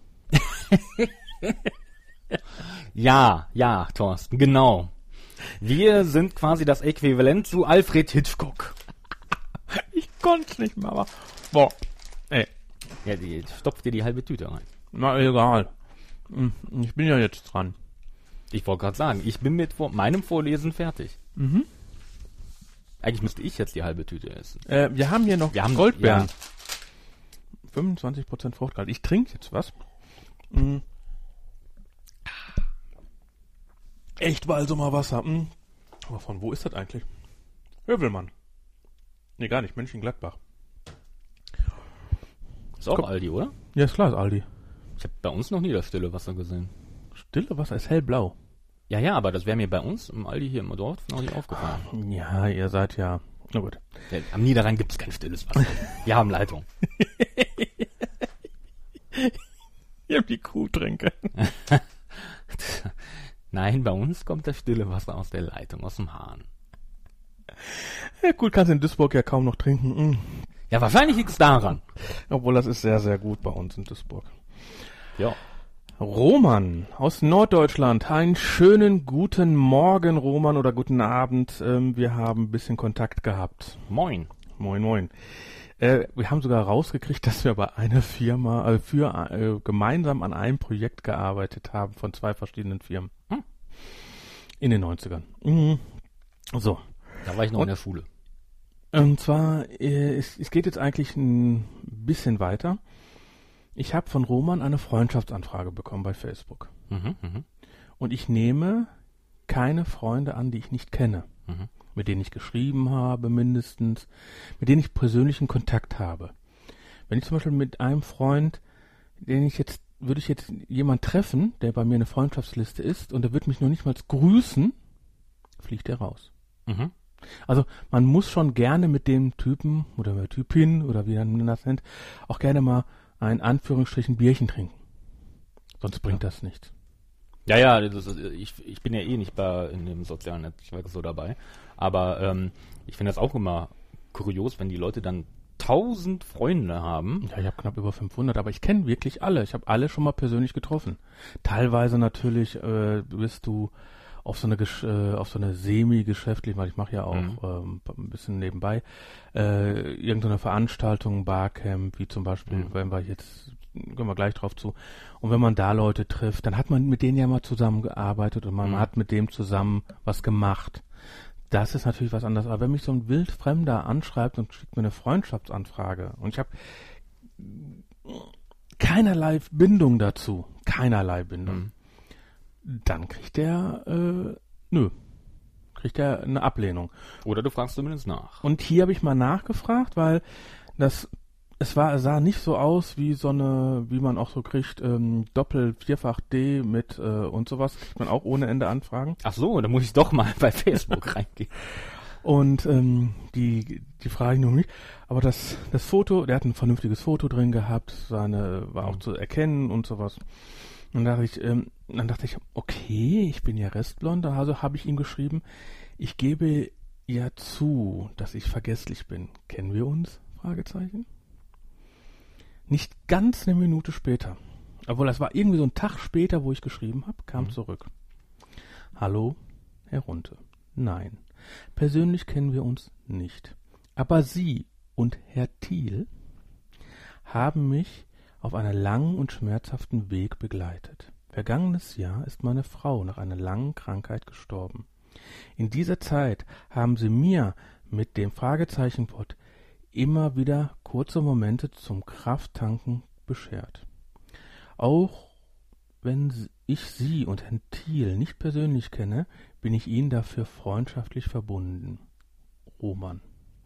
Ja, Thorsten, genau. Wir sind quasi das Äquivalent zu Alfred Hitchcock. Ich konnte es nicht mehr, aber boah, ey. Ja, stopft dir die halbe Tüte rein. Na, egal. Ich bin ja jetzt dran. Ich wollte gerade sagen, ich bin mit meinem Vorlesen fertig. Eigentlich müsste ich jetzt die halbe Tüte essen. Wir haben hier noch Goldbeeren. Ja. 25% Fruchtgehalt. Ich trinke jetzt was. Echt Walsumer-Wasser. Aber von wo ist das eigentlich? Hövelmann. Nee, gar nicht. Mönchengladbach. Ist auch Aldi, oder? Ja, ist klar, ist Aldi. Ich habe bei uns noch nie das stille Wasser gesehen. Stille Wasser ist hellblau. Ja, aber das wäre mir bei uns im Aldi hier im Dorf noch nicht aufgefallen. Ja, ihr seid ja... Na gut. Ja, am Niederrhein gibt es kein stilles Wasser. Wir haben Leitung. Ich hab die Kuhtränke. Nein, bei uns kommt das stille Wasser aus der Leitung, aus dem Hahn. Ja gut, kannst in Duisburg ja kaum noch trinken. Ja, wahrscheinlich liegt es daran. Obwohl, das ist sehr, sehr gut bei uns in Duisburg. Ja. Roman aus Norddeutschland. Einen schönen guten Morgen, Roman, oder guten Abend. Wir haben ein bisschen Kontakt gehabt. Moin. Moin, moin. Wir haben sogar rausgekriegt, dass wir bei einer Firma gemeinsam an einem Projekt gearbeitet haben von 2 verschiedenen Firmen. In den 90ern. So. Da war ich noch in der Schule. Und zwar, es geht jetzt eigentlich ein bisschen weiter. Ich habe von Roman eine Freundschaftsanfrage bekommen bei Facebook. Und ich nehme keine Freunde an, die ich nicht kenne. Mit denen ich geschrieben habe mindestens, mit denen ich persönlichen Kontakt habe. Wenn ich zum Beispiel mit einem Freund, würde ich jetzt jemand treffen, der bei mir eine Freundschaftsliste ist und der wird mich noch nicht mal grüßen, fliegt er raus. Also man muss schon gerne mit dem Typen oder der Typin oder wie man das nennt, auch gerne mal ein Anführungsstrichen Bierchen trinken. Sonst bringt das nichts. Ja, ich bin ja eh nicht in dem sozialen Netzwerk so dabei. Aber ich finde das auch immer kurios, wenn die Leute dann 1000 Freunde haben. Ja, ich habe knapp über 500, aber ich kenne wirklich alle. Ich habe alle schon mal persönlich getroffen. Teilweise natürlich bist du auf so eine semi-geschäftliche, weil ich mache ja auch ein bisschen nebenbei, irgendeine Veranstaltung, Barcamp, wie zum Beispiel, wenn wir jetzt, kommen wir gleich drauf zu, und wenn man da Leute trifft, dann hat man mit denen ja mal zusammengearbeitet und man hat mit dem zusammen was gemacht. Das ist natürlich was anderes. Aber wenn mich so ein Wildfremder anschreibt und schickt mir eine Freundschaftsanfrage und ich habe keinerlei Bindung dazu, dann kriegt der eine Ablehnung. Oder du fragst zumindest nach. Und hier habe ich mal nachgefragt, weil es sah nicht so aus wie wie man auch so kriegt, Doppel-Vierfach D mit und sowas, kriegt man auch ohne Ende Anfragen. Ach so, da muss ich doch mal bei Facebook reingehen. Und die frage ich noch nicht. Aber das Foto, der hat ein vernünftiges Foto drin gehabt, war auch zu erkennen und sowas. Und dann dachte ich, okay, ich bin ja restblond, also habe ich ihm geschrieben, ich gebe ja zu, dass ich vergesslich bin. Kennen wir uns? Fragezeichen. Nicht ganz eine Minute später, obwohl das war irgendwie so ein Tag später, wo ich geschrieben habe, kam zurück. Hallo, Herr Runte. Nein, persönlich kennen wir uns nicht. Aber Sie und Herr Thiel haben mich auf einen langen und schmerzhaften Weg begleitet. Vergangenes Jahr ist meine Frau nach einer langen Krankheit gestorben. In dieser Zeit haben Sie mir mit dem Fragezeichenpot immer wieder kurze Momente zum Krafttanken beschert. Auch wenn ich Sie und Herrn Thiel nicht persönlich kenne, bin ich Ihnen dafür freundschaftlich verbunden. Roman.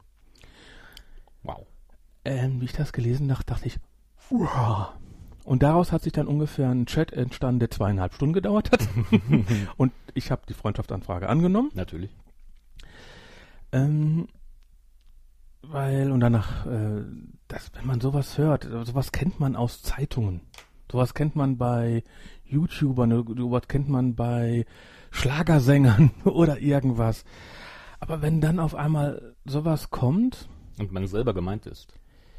Wow. Wie ich das gelesen habe, dachte ich, wow. Und daraus hat sich dann ungefähr ein Chat entstanden, der 2,5 Stunden gedauert hat. Und ich habe die Freundschaftsanfrage angenommen. Natürlich. und danach, wenn man sowas hört, sowas kennt man aus Zeitungen. Sowas kennt man bei YouTubern, sowas kennt man bei Schlagersängern oder irgendwas. Aber wenn dann auf einmal sowas kommt... Und man selber gemeint ist.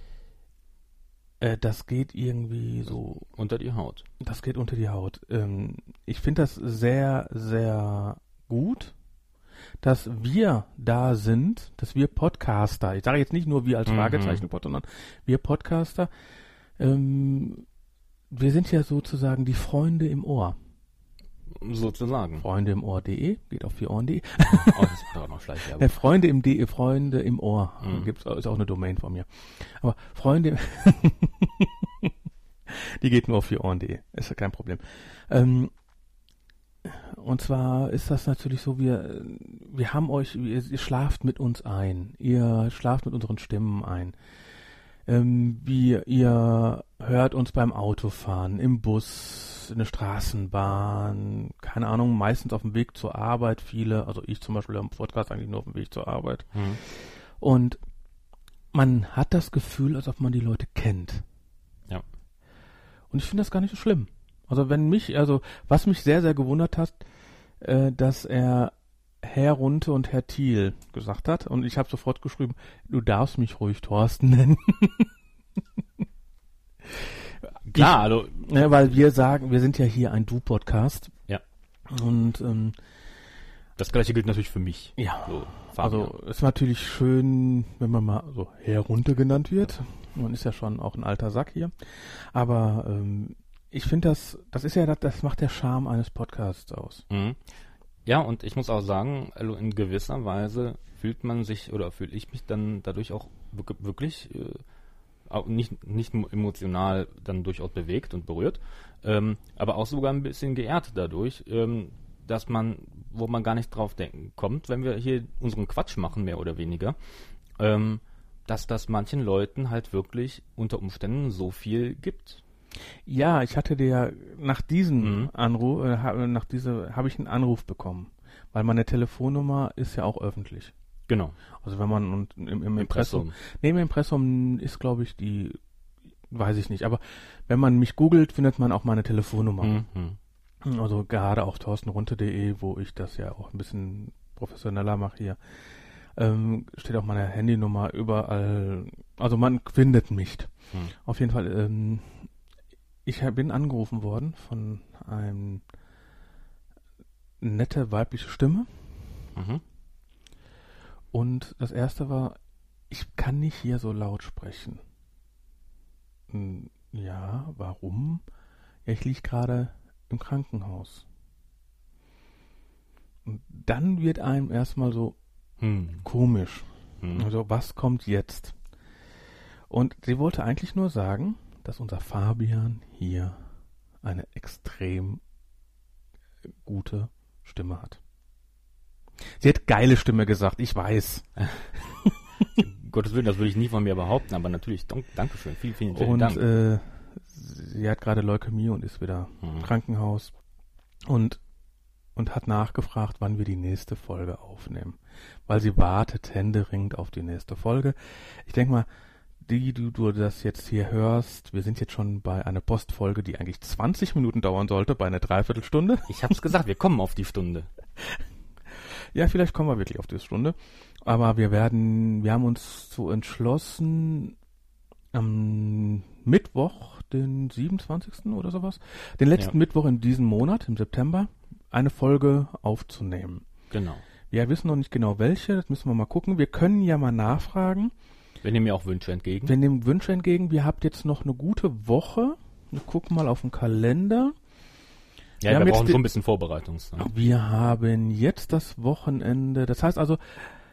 Das geht irgendwie so... Unter die Haut. Das geht unter die Haut. Ich finde das sehr, sehr gut, dass wir da sind, dass wir Podcaster, ich sage jetzt nicht nur wir als Fragezeichen, sondern wir Podcaster, wir sind ja sozusagen die Freunde im Ohr. Sozusagen. Freunde im Ohr.de, geht auf 4ohren.de. Oh, das ist noch schlecht, ja. Freunde im Ohr. Ist auch eine Domain von mir. Aber Freunde, die geht nur auf 4ohren.de. Ist ja kein Problem. Und zwar ist das natürlich so, wir haben euch, ihr schlaft mit uns ein. Ihr schlaft mit unseren Stimmen ein. Ihr hört uns beim Autofahren, im Bus, in der Straßenbahn, keine Ahnung, meistens auf dem Weg zur Arbeit, viele, also ich zum Beispiel am Podcast eigentlich nur auf dem Weg zur Arbeit. Und man hat das Gefühl, als ob man die Leute kennt. Ja. Und ich finde das gar nicht so schlimm. Also was mich sehr, sehr gewundert hat, dass er Herr Runte und Herr Thiel gesagt hat. Und ich habe sofort geschrieben, du darfst mich ruhig Thorsten nennen. Klar, also... weil wir sagen, wir sind ja hier ein Du-Podcast. Ja. Und das Gleiche gilt natürlich für mich. Ja. So, also ist natürlich schön, wenn man mal so Herr Runte genannt wird. Man ist ja schon auch ein alter Sack hier. Aber ich finde, das macht der Charme eines Podcasts aus. Ja, und ich muss auch sagen, also in gewisser Weise fühle ich mich dann dadurch auch wirklich auch nicht nur emotional dann durchaus bewegt und berührt, aber auch sogar ein bisschen geehrt dadurch, wo man gar nicht drauf denken kommt, wenn wir hier unseren Quatsch machen, mehr oder weniger, dass das manchen Leuten halt wirklich unter Umständen so viel gibt. Ja, ich hatte dir nach diesem Anruf, habe ich einen Anruf bekommen, weil meine Telefonnummer ist ja auch öffentlich. Genau. Also wenn man im Impressum, neben dem Impressum ist, glaube ich, weiß ich nicht, aber wenn man mich googelt, findet man auch meine Telefonnummer. Also gerade auch thorstenrunte.de, wo ich das ja auch ein bisschen professioneller mache hier, steht auch meine Handynummer überall, also man findet mich. Auf jeden Fall, ich bin angerufen worden von einer nette weibliche Stimme. Und das erste war, ich kann nicht hier so laut sprechen. Ja, warum? Ja, ich liege gerade im Krankenhaus. Und dann wird einem erstmal so komisch. Also, was kommt jetzt? Und sie wollte eigentlich nur sagen, dass unser Fabian hier eine extrem gute Stimme hat. Sie hat geile Stimme gesagt, ich weiß. Gottes Willen, das würde ich nie von mir behaupten, aber natürlich, Dankeschön, vielen Dank. Und sie hat gerade Leukämie und ist wieder im Krankenhaus und hat nachgefragt, wann wir die nächste Folge aufnehmen. Weil sie wartet händeringend auf die nächste Folge. Ich denke mal, du das jetzt hier hörst, wir sind jetzt schon bei einer Postfolge, die eigentlich 20 Minuten dauern sollte, bei einer Dreiviertelstunde. Ich hab's gesagt, wir kommen auf die Stunde. Ja, vielleicht kommen wir wirklich auf die Stunde. Aber wir haben uns so entschlossen, am Mittwoch, den 27. oder sowas, den letzten Mittwoch in diesem Monat, im September, eine Folge aufzunehmen. Genau. Wir wissen noch nicht genau welche, das müssen wir mal gucken. Wir können ja mal nachfragen. Wir nehmen ja auch Wünsche entgegen. Wir nehmen Wünsche entgegen. Wir habt jetzt noch eine gute Woche. Wir gucken mal auf den Kalender. Ja, wir brauchen schon ein bisschen Vorbereitungszeit. Wir haben jetzt das Wochenende. Das heißt also,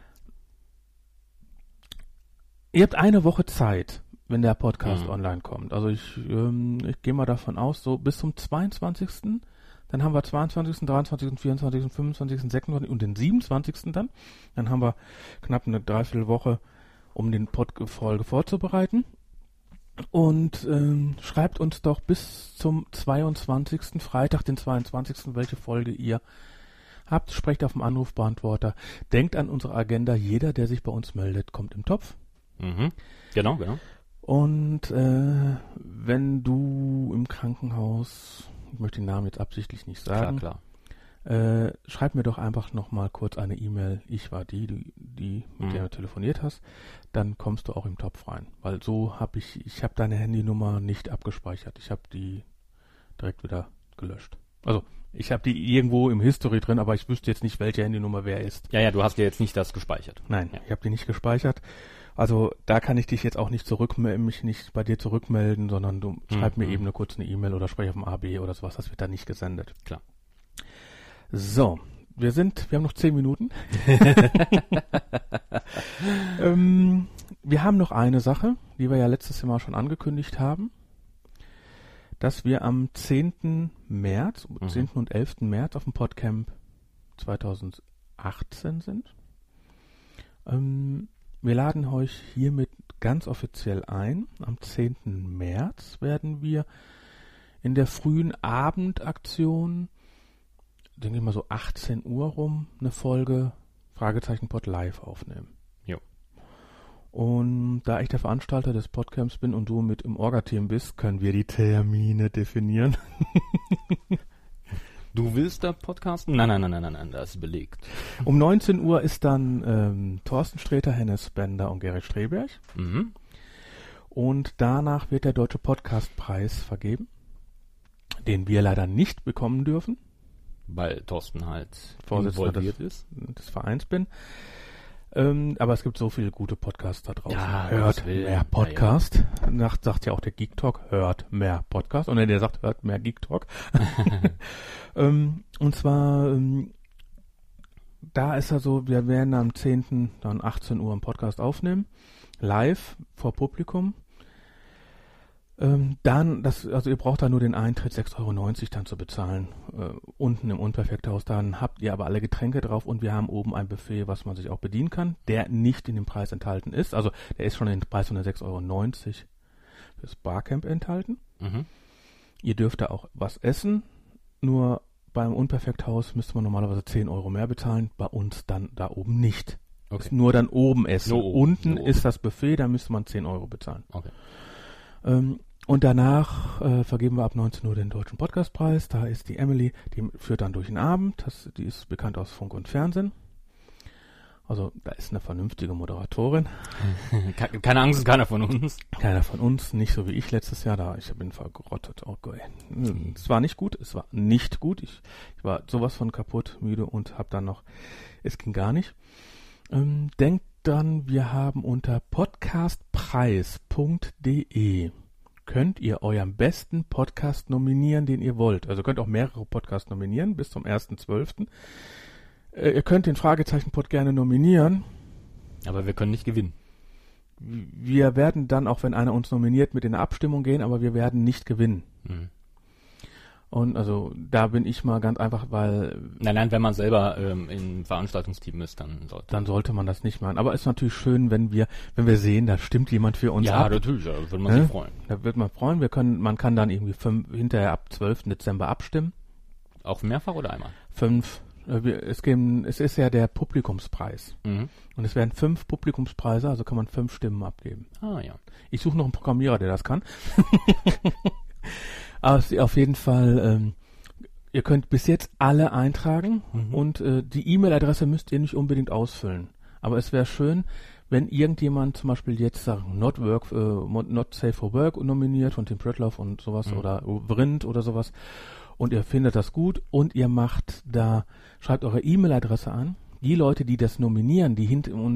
ihr habt eine Woche Zeit, wenn der Podcast online kommt. Also ich gehe mal davon aus, so bis zum 22. Dann haben wir 22., 23., 24., 25., 26. und den 27. dann. Dann haben wir knapp eine Dreiviertelwoche, um den Folge vorzubereiten. Und schreibt uns doch bis zum 22. Freitag, den 22. welche Folge ihr habt. Sprecht auf dem Anrufbeantworter. Denkt an unsere Agenda. Jeder, der sich bei uns meldet, kommt im Topf. Mhm. Genau. Und wenn du im Krankenhaus, ich möchte den Namen jetzt absichtlich nicht sagen, Klar. schreib mir doch einfach nochmal kurz eine E-Mail, ich war die mit der du telefoniert hast, dann kommst du auch im Topf rein. Weil so ich habe deine Handynummer nicht abgespeichert, ich habe die direkt wieder gelöscht. Also, ich habe die irgendwo im History drin, aber ich wüsste jetzt nicht, welche Handynummer wer ist. Ja, du hast ja jetzt nicht das gespeichert. Nein, ja. Ich habe die nicht gespeichert. Also da kann ich dich jetzt auch nicht mich nicht bei dir zurückmelden, sondern du schreib mir eben kurz eine E-Mail oder sprich auf dem AB oder sowas, das wird da nicht gesendet. Klar. So, wir haben noch 10 Minuten. Wir haben noch eine Sache, die wir ja letztes Jahr schon angekündigt haben, dass wir am 10. März, 10. und 11. März auf dem Podcamp 2018 sind. Wir laden euch hiermit ganz offiziell ein. Am 10. März werden wir in der frühen Abendaktion, denke ich mal so 18 Uhr rum, eine Folge Fragezeichen-Pod live aufnehmen. Jo. Und da ich der Veranstalter des Podcamps bin und du mit im Orga-Team bist, können wir die Termine definieren. Du willst da podcasten? Nein, das ist belegt. Um 19 Uhr ist dann Thorsten Sträter, Hennes Bender und Gerrit Streberg. Mhm. Und danach wird der Deutsche Podcastpreis vergeben, den wir leider nicht bekommen dürfen. Weil Thorsten halt Vorsitzender involviert des Vereins bin. Aber es gibt so viele gute Podcasts da draußen. Ja, hört mehr Podcast. Ja. Sagt ja auch der Geek Talk, hört mehr Podcast. Und der sagt, hört mehr Geek Talk. Und zwar, da ist also, wir werden am 10. dann 18 Uhr einen Podcast aufnehmen. Live vor Publikum. Also ihr braucht da nur den Eintritt 6,90 € dann zu bezahlen, unten im Unperfekthaus. Dann habt ihr aber alle Getränke drauf und wir haben oben ein Buffet, was man sich auch bedienen kann, der nicht in dem Preis enthalten ist. Also der ist schon in den Preis von der 6,90 € fürs Barcamp enthalten. Mhm. Ihr dürft da auch was essen, nur beim Unperfekthaus müsste man normalerweise 10 € mehr bezahlen, bei uns dann da oben nicht. Okay. Ist nur dann oben essen. Nur oben, unten nur ist das Buffet, da müsste man 10 € bezahlen. Okay. Und danach vergeben wir ab 19 Uhr den Deutschen Podcastpreis. Da ist die Emily, die führt dann durch den Abend. Die ist bekannt aus Funk und Fernsehen. Also da ist eine vernünftige Moderatorin. Keine Angst, keiner von uns. Keiner von uns, nicht so wie ich letztes Jahr. Ich bin vergrottet. Oh Gott. Es war nicht gut. Ich war sowas von kaputt, müde und habe dann noch, es ging gar nicht. Denkt dran, wir haben unter podcastpreis.de könnt ihr euren besten Podcast nominieren, den ihr wollt. Also könnt auch mehrere Podcasts nominieren bis zum 1.12. Ihr könnt den Fragezeichen-Pod gerne nominieren. Aber wir können nicht gewinnen. Wir werden dann, auch wenn einer uns nominiert, mit in eine Abstimmung gehen, aber wir werden nicht gewinnen. Mhm. Und also da bin ich mal ganz einfach, weil... Nein, wenn man selber im Veranstaltungsteam ist, dann sollte man das nicht machen. Aber es ist natürlich schön, wenn wir sehen, da stimmt jemand für uns ab. Ja, natürlich, da würde man sich freuen. Da wird man freuen. Man kann dann irgendwie hinterher ab 12. Dezember abstimmen. Auch mehrfach oder einmal? 5. Es ist ja der Publikumspreis. Mhm. Und es werden 5 Publikumspreise, also kann man 5 Stimmen abgeben. Ah, ja. Ich suche noch einen Programmierer, der das kann. Aber auf jeden Fall, ihr könnt bis jetzt alle eintragen und die E-Mail-Adresse müsst ihr nicht unbedingt ausfüllen. Aber es wäre schön, wenn irgendjemand zum Beispiel jetzt sagt, not safe for work nominiert von Tim Pritloff und sowas oder Vrind oder sowas und ihr findet das gut und ihr schreibt eure E-Mail-Adresse an. Die Leute, die das nominieren, die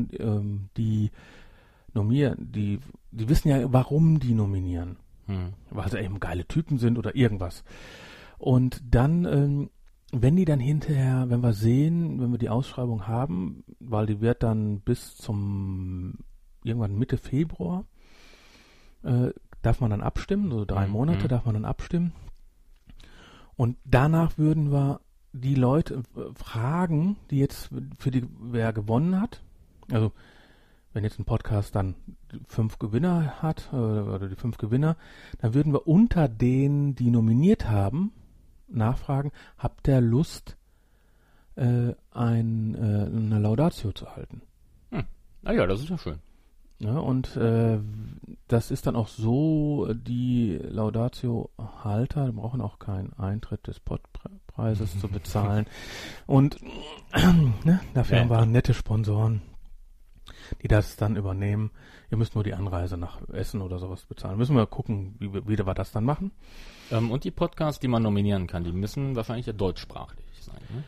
wissen ja, warum die nominieren. Weil sie eben geile Typen sind oder irgendwas. Und dann, wenn die dann hinterher, wenn wir die Ausschreibung haben, weil die wird dann bis zum irgendwann Mitte Februar, darf man dann abstimmen, so 3 Monate darf man dann abstimmen. Und danach würden wir die Leute fragen, die jetzt wer gewonnen hat. Also wenn jetzt ein Podcast dann 5 Gewinner hat, oder die 5 Gewinner, dann würden wir unter denen, die nominiert haben, nachfragen, habt ihr Lust, eine Laudatio zu halten? Ah ja, das ist ja schön. Ja, und das ist dann auch so, die Laudatio-Halter brauchen auch keinen Eintritt des Podpreises zu bezahlen. Und dafür haben wir nette Sponsoren, die das dann übernehmen. Ihr müsst nur die Anreise nach Essen oder sowas bezahlen. Müssen wir gucken, wie wir das dann machen. Und die Podcasts, die man nominieren kann, die müssen wahrscheinlich ja deutschsprachig sein, ne?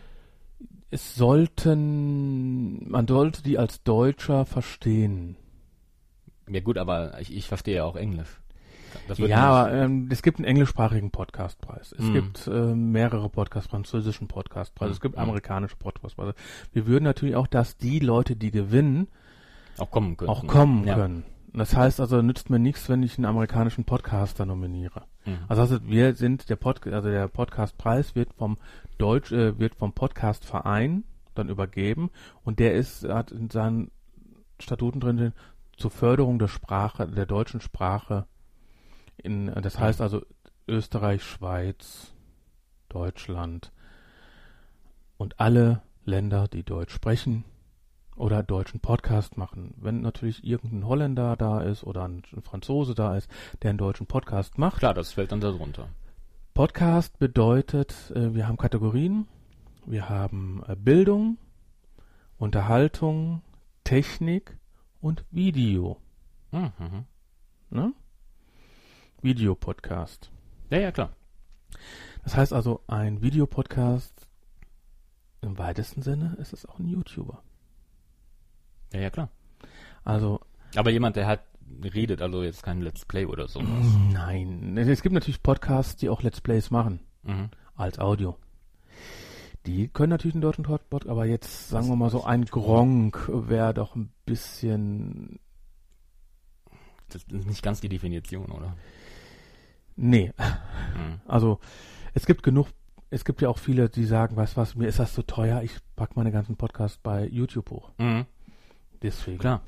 Man sollte die als Deutscher verstehen. Ja gut, aber ich verstehe ja auch Englisch. Aber es gibt einen englischsprachigen Podcastpreis. Es gibt mehrere französischen Podcastpreise. Es gibt amerikanische Podcastpreise. Wir würden natürlich auch, dass die Leute, die gewinnen, auch kommen können. Das heißt also, nützt mir nichts, wenn ich einen amerikanischen Podcaster nominiere. Also wir sind der Podcastpreis wird vom Podcastverein dann übergeben und hat in seinen Statuten drin zur Förderung der deutschen Sprache das heißt also Österreich, Schweiz, Deutschland und alle Länder, die Deutsch sprechen oder deutschen Podcast machen. Wenn natürlich irgendein Holländer da ist oder ein Franzose da ist, der einen deutschen Podcast macht. Klar, das fällt dann darunter. Podcast bedeutet, wir haben Kategorien, wir haben Bildung, Unterhaltung, Technik und Video. Ne? Videopodcast. Ja, klar. Das heißt also, ein Videopodcast im weitesten Sinne ist es auch ein YouTuber. Ja, klar. Also. Aber jemand, der redet, also jetzt kein Let's Play oder so. Nein. Es gibt natürlich Podcasts, die auch Let's Plays machen. Als Audio. Die können natürlich einen deutschen Podcast, aber jetzt sagen wir mal so, ein Gronkh wäre doch ein bisschen. Das ist nicht ganz die Definition, oder? Nee. Also, es gibt ja auch viele, die sagen, weißt du was, mir ist das zu teuer, ich pack meine ganzen Podcasts bei YouTube hoch. Deswegen. Klar.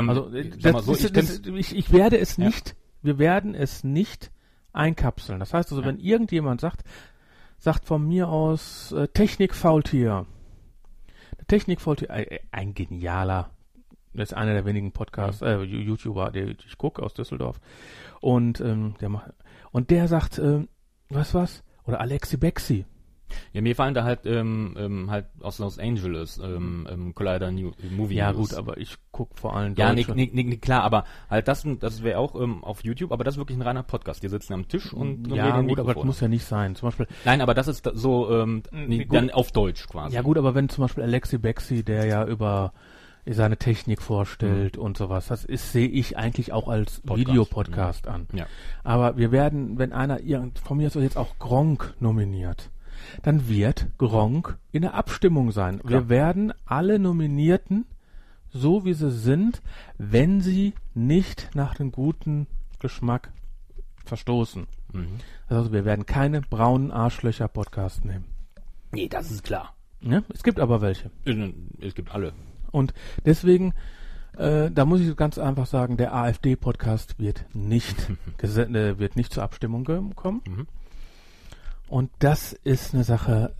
Ich werde es nicht, wir werden es nicht einkapseln. Das heißt also, wenn irgendjemand sagt von mir aus, Technikfaultier. Technikfaultier, ein genialer, das ist einer der wenigen Podcasts, YouTuber, die ich gucke aus Düsseldorf. Und der sagt, was? Oder Alexi Bexi. Ja, mir fallen da halt aus Los Angeles Collider Movie Ja News. Gut, aber ich gucke vor allem Deutsche. Ja, klar, aber halt das wäre auch auf YouTube, aber das ist wirklich ein reiner Podcast. Die sitzen am Tisch und ja gut, aber das muss ja nicht sein. Zum Beispiel. Nein, aber das ist so dann auf Deutsch quasi. Ja gut, aber wenn zum Beispiel Alexi Bexi, der ja über seine Technik vorstellt und sowas, sehe ich eigentlich auch als Videopodcast an. Ja. Aber wir werden, wenn einer von mir so jetzt auch Gronkh nominiert, dann wird Gronkh in der Abstimmung sein. Klar. Wir werden alle Nominierten, so wie sie sind, wenn sie nicht nach dem guten Geschmack verstoßen. Also wir werden keine braunen Arschlöcher-Podcasts nehmen. Nee, das ist klar. Ja, es gibt aber welche. Es gibt alle. Und deswegen, da muss ich ganz einfach sagen, der AfD-Podcast wird nicht zur Abstimmung kommen. Und das ist eine Sache,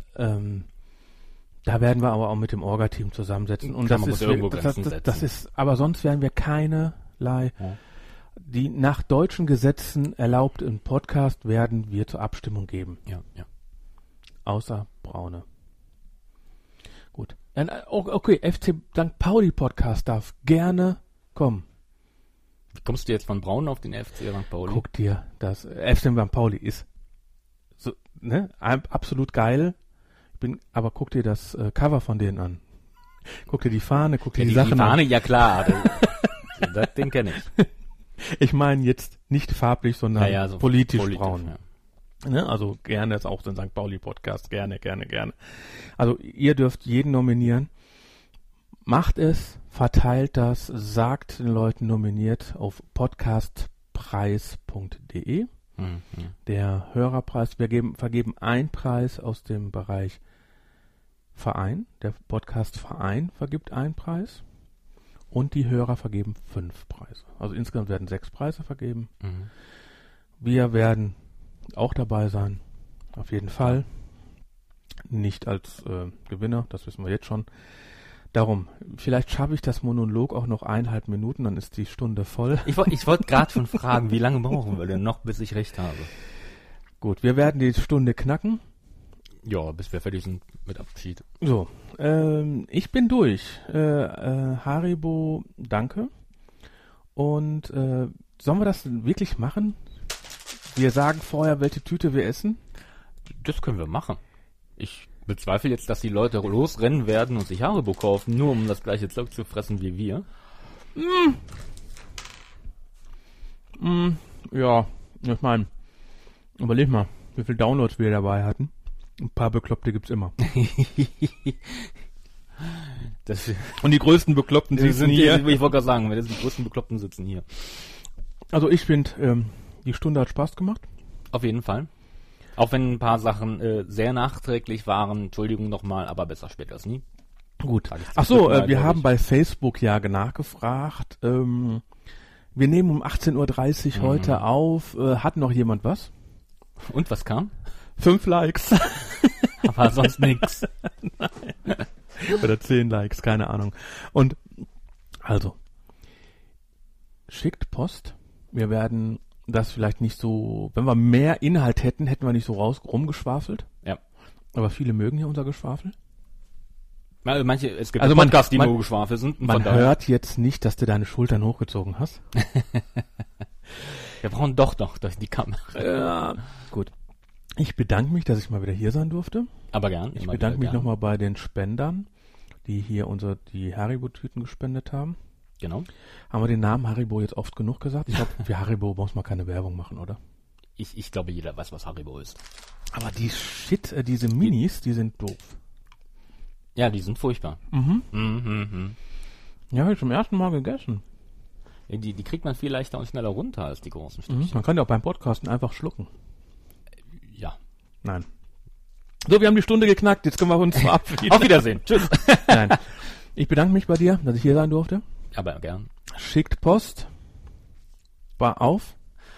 da werden wir aber auch mit dem Orga-Team zusammensetzen. Und das ist, aber sonst werden wir keinerlei, die nach deutschen Gesetzen erlaubten Podcast werden wir zur Abstimmung geben. Ja. Außer Braune. Gut. Okay, FC St. Pauli Podcast darf gerne kommen. Wie kommst du jetzt von Braun auf den FC St. Pauli? Guck dir das. FC St. Pauli ist so, absolut geil. Aber guck dir das Cover von denen an. Guck dir die Fahne, guck dir die Sachen an. Die Fahne, ja klar. Den kenne ich. Ich meine jetzt nicht farblich, sondern so politisch braun. Ja. Ne? Also gerne ist auch so ein St. Pauli-Podcast. Gerne. Also ihr dürft jeden nominieren. Macht es, verteilt das, sagt den Leuten nominiert auf podcastpreis.de. Der Hörerpreis, wir vergeben einen Preis aus dem Bereich Verein. Der Podcast-Verein vergibt einen Preis. Und die Hörer vergeben 5 Preise. Also insgesamt werden 6 Preise vergeben. Wir werden auch dabei sein. Auf jeden Fall. Nicht als Gewinner, das wissen wir jetzt schon. Darum, vielleicht schaffe ich das Monolog auch noch 1,5 Minuten, dann ist die Stunde voll. Ich wollte gerade schon fragen, wie lange brauchen wir denn noch, bis ich recht habe? Gut, wir werden die Stunde knacken. Ja, bis wir fertig sind mit Abschied. So, ich bin durch. Haribo, danke. Und sollen wir das wirklich machen? Wir sagen vorher, welche Tüte wir essen? Das können wir machen. Ich bezweifle jetzt, dass die Leute losrennen werden und sich Haribo kaufen, nur um das gleiche Zeug zu fressen wie wir. Ja, ich meine, überleg mal, wie viele Downloads wir dabei hatten. Ein paar Bekloppte gibt's immer. Und die größten Bekloppten sitzen hier. Ich wollte gerade sagen, die größten Bekloppten sitzen hier. Also ich finde, die Stunde hat Spaß gemacht. Auf jeden Fall. Auch wenn ein paar Sachen sehr nachträglich waren. Entschuldigung nochmal, aber besser später als nie. Gut. Ach so, wir haben bei Facebook ja nachgefragt. Wir nehmen um 18.30 Uhr heute auf. Hat noch jemand was? Und was kam? 5 Likes. Aber sonst nix. Oder 10 Likes, keine Ahnung. Und also, schickt Post. Wir werden das vielleicht nicht so, wenn wir mehr Inhalt hätten, hätten wir nicht so rumgeschwafelt. Ja. Aber viele mögen hier unser Geschwafel. Es gibt Podcasts, die nur Geschwafel sind. Man hört jetzt nicht, dass du deine Schultern hochgezogen hast. Wir brauchen doch durch die Kamera. Ja, gut. Ich bedanke mich, dass ich mal wieder hier sein durfte. Aber gern. Ich bedanke mich nochmal bei den Spendern, die hier die Haribo-Tüten gespendet haben. Genau. Haben wir den Namen Haribo jetzt oft genug gesagt? Ich glaube, für Haribo muss man keine Werbung machen, oder? Ich glaube, jeder weiß, was Haribo ist. Aber diese Minis, die sind doof. Ja, die sind furchtbar. Ja, habe ich zum ersten Mal gegessen. Ja, die kriegt man viel leichter und schneller runter als die großen Stückchen. Man kann ja auch beim Podcasten einfach schlucken. Ja. Nein. So, wir haben die Stunde geknackt, jetzt können wir uns verabschieden. Auf Wiedersehen. Tschüss. Nein. Ich bedanke mich bei dir, dass ich hier sein durfte. Aber gern. Schickt Post. Auf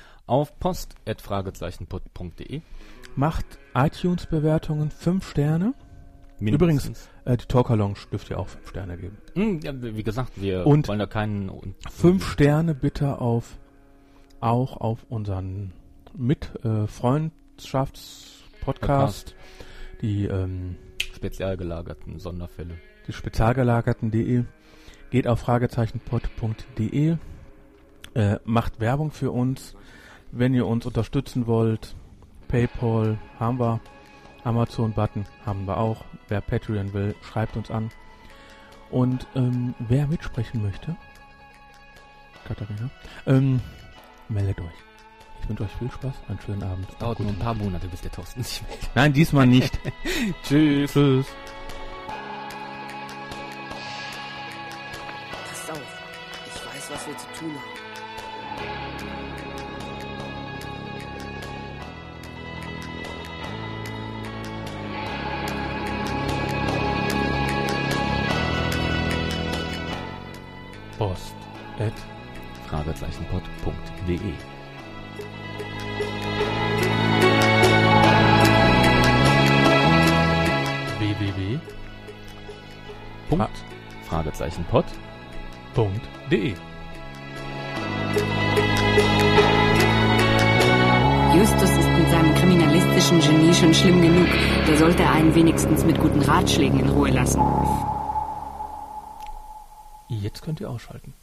post@fragezeichenpod.de. Macht iTunes-Bewertungen 5 Sterne. Mindestens. Übrigens, die Talker Lounge dürft ihr auch 5 Sterne geben. Ja, wie gesagt, wir wollen da keinen... 5 Sterne bitte auch auf unseren Freundschaftspodcast. Die spezial gelagerten Sonderfälle. Die spezialgelagerten.de. Geht auf fragezeichenpod.de. Macht Werbung für uns. Wenn ihr uns unterstützen wollt, PayPal haben wir. Amazon-Button haben wir auch. Wer Patreon will, schreibt uns an. Und wer mitsprechen möchte, Katharina, meldet euch. Ich wünsche euch viel Spaß, einen schönen Abend. Dauert nur ein paar Monate, bis der Thorsten sich meldet. Nein, diesmal nicht. Tschüss. Tschüss. Passt auf, ich weiß, was wir zu tun haben. post@fragezeichenpod.de. www.fragezeichenpod.de. Justus ist mit seinem kriminalistischen Genie schon schlimm genug. Der sollte einen wenigstens mit guten Ratschlägen in Ruhe lassen. Jetzt könnt ihr ausschalten.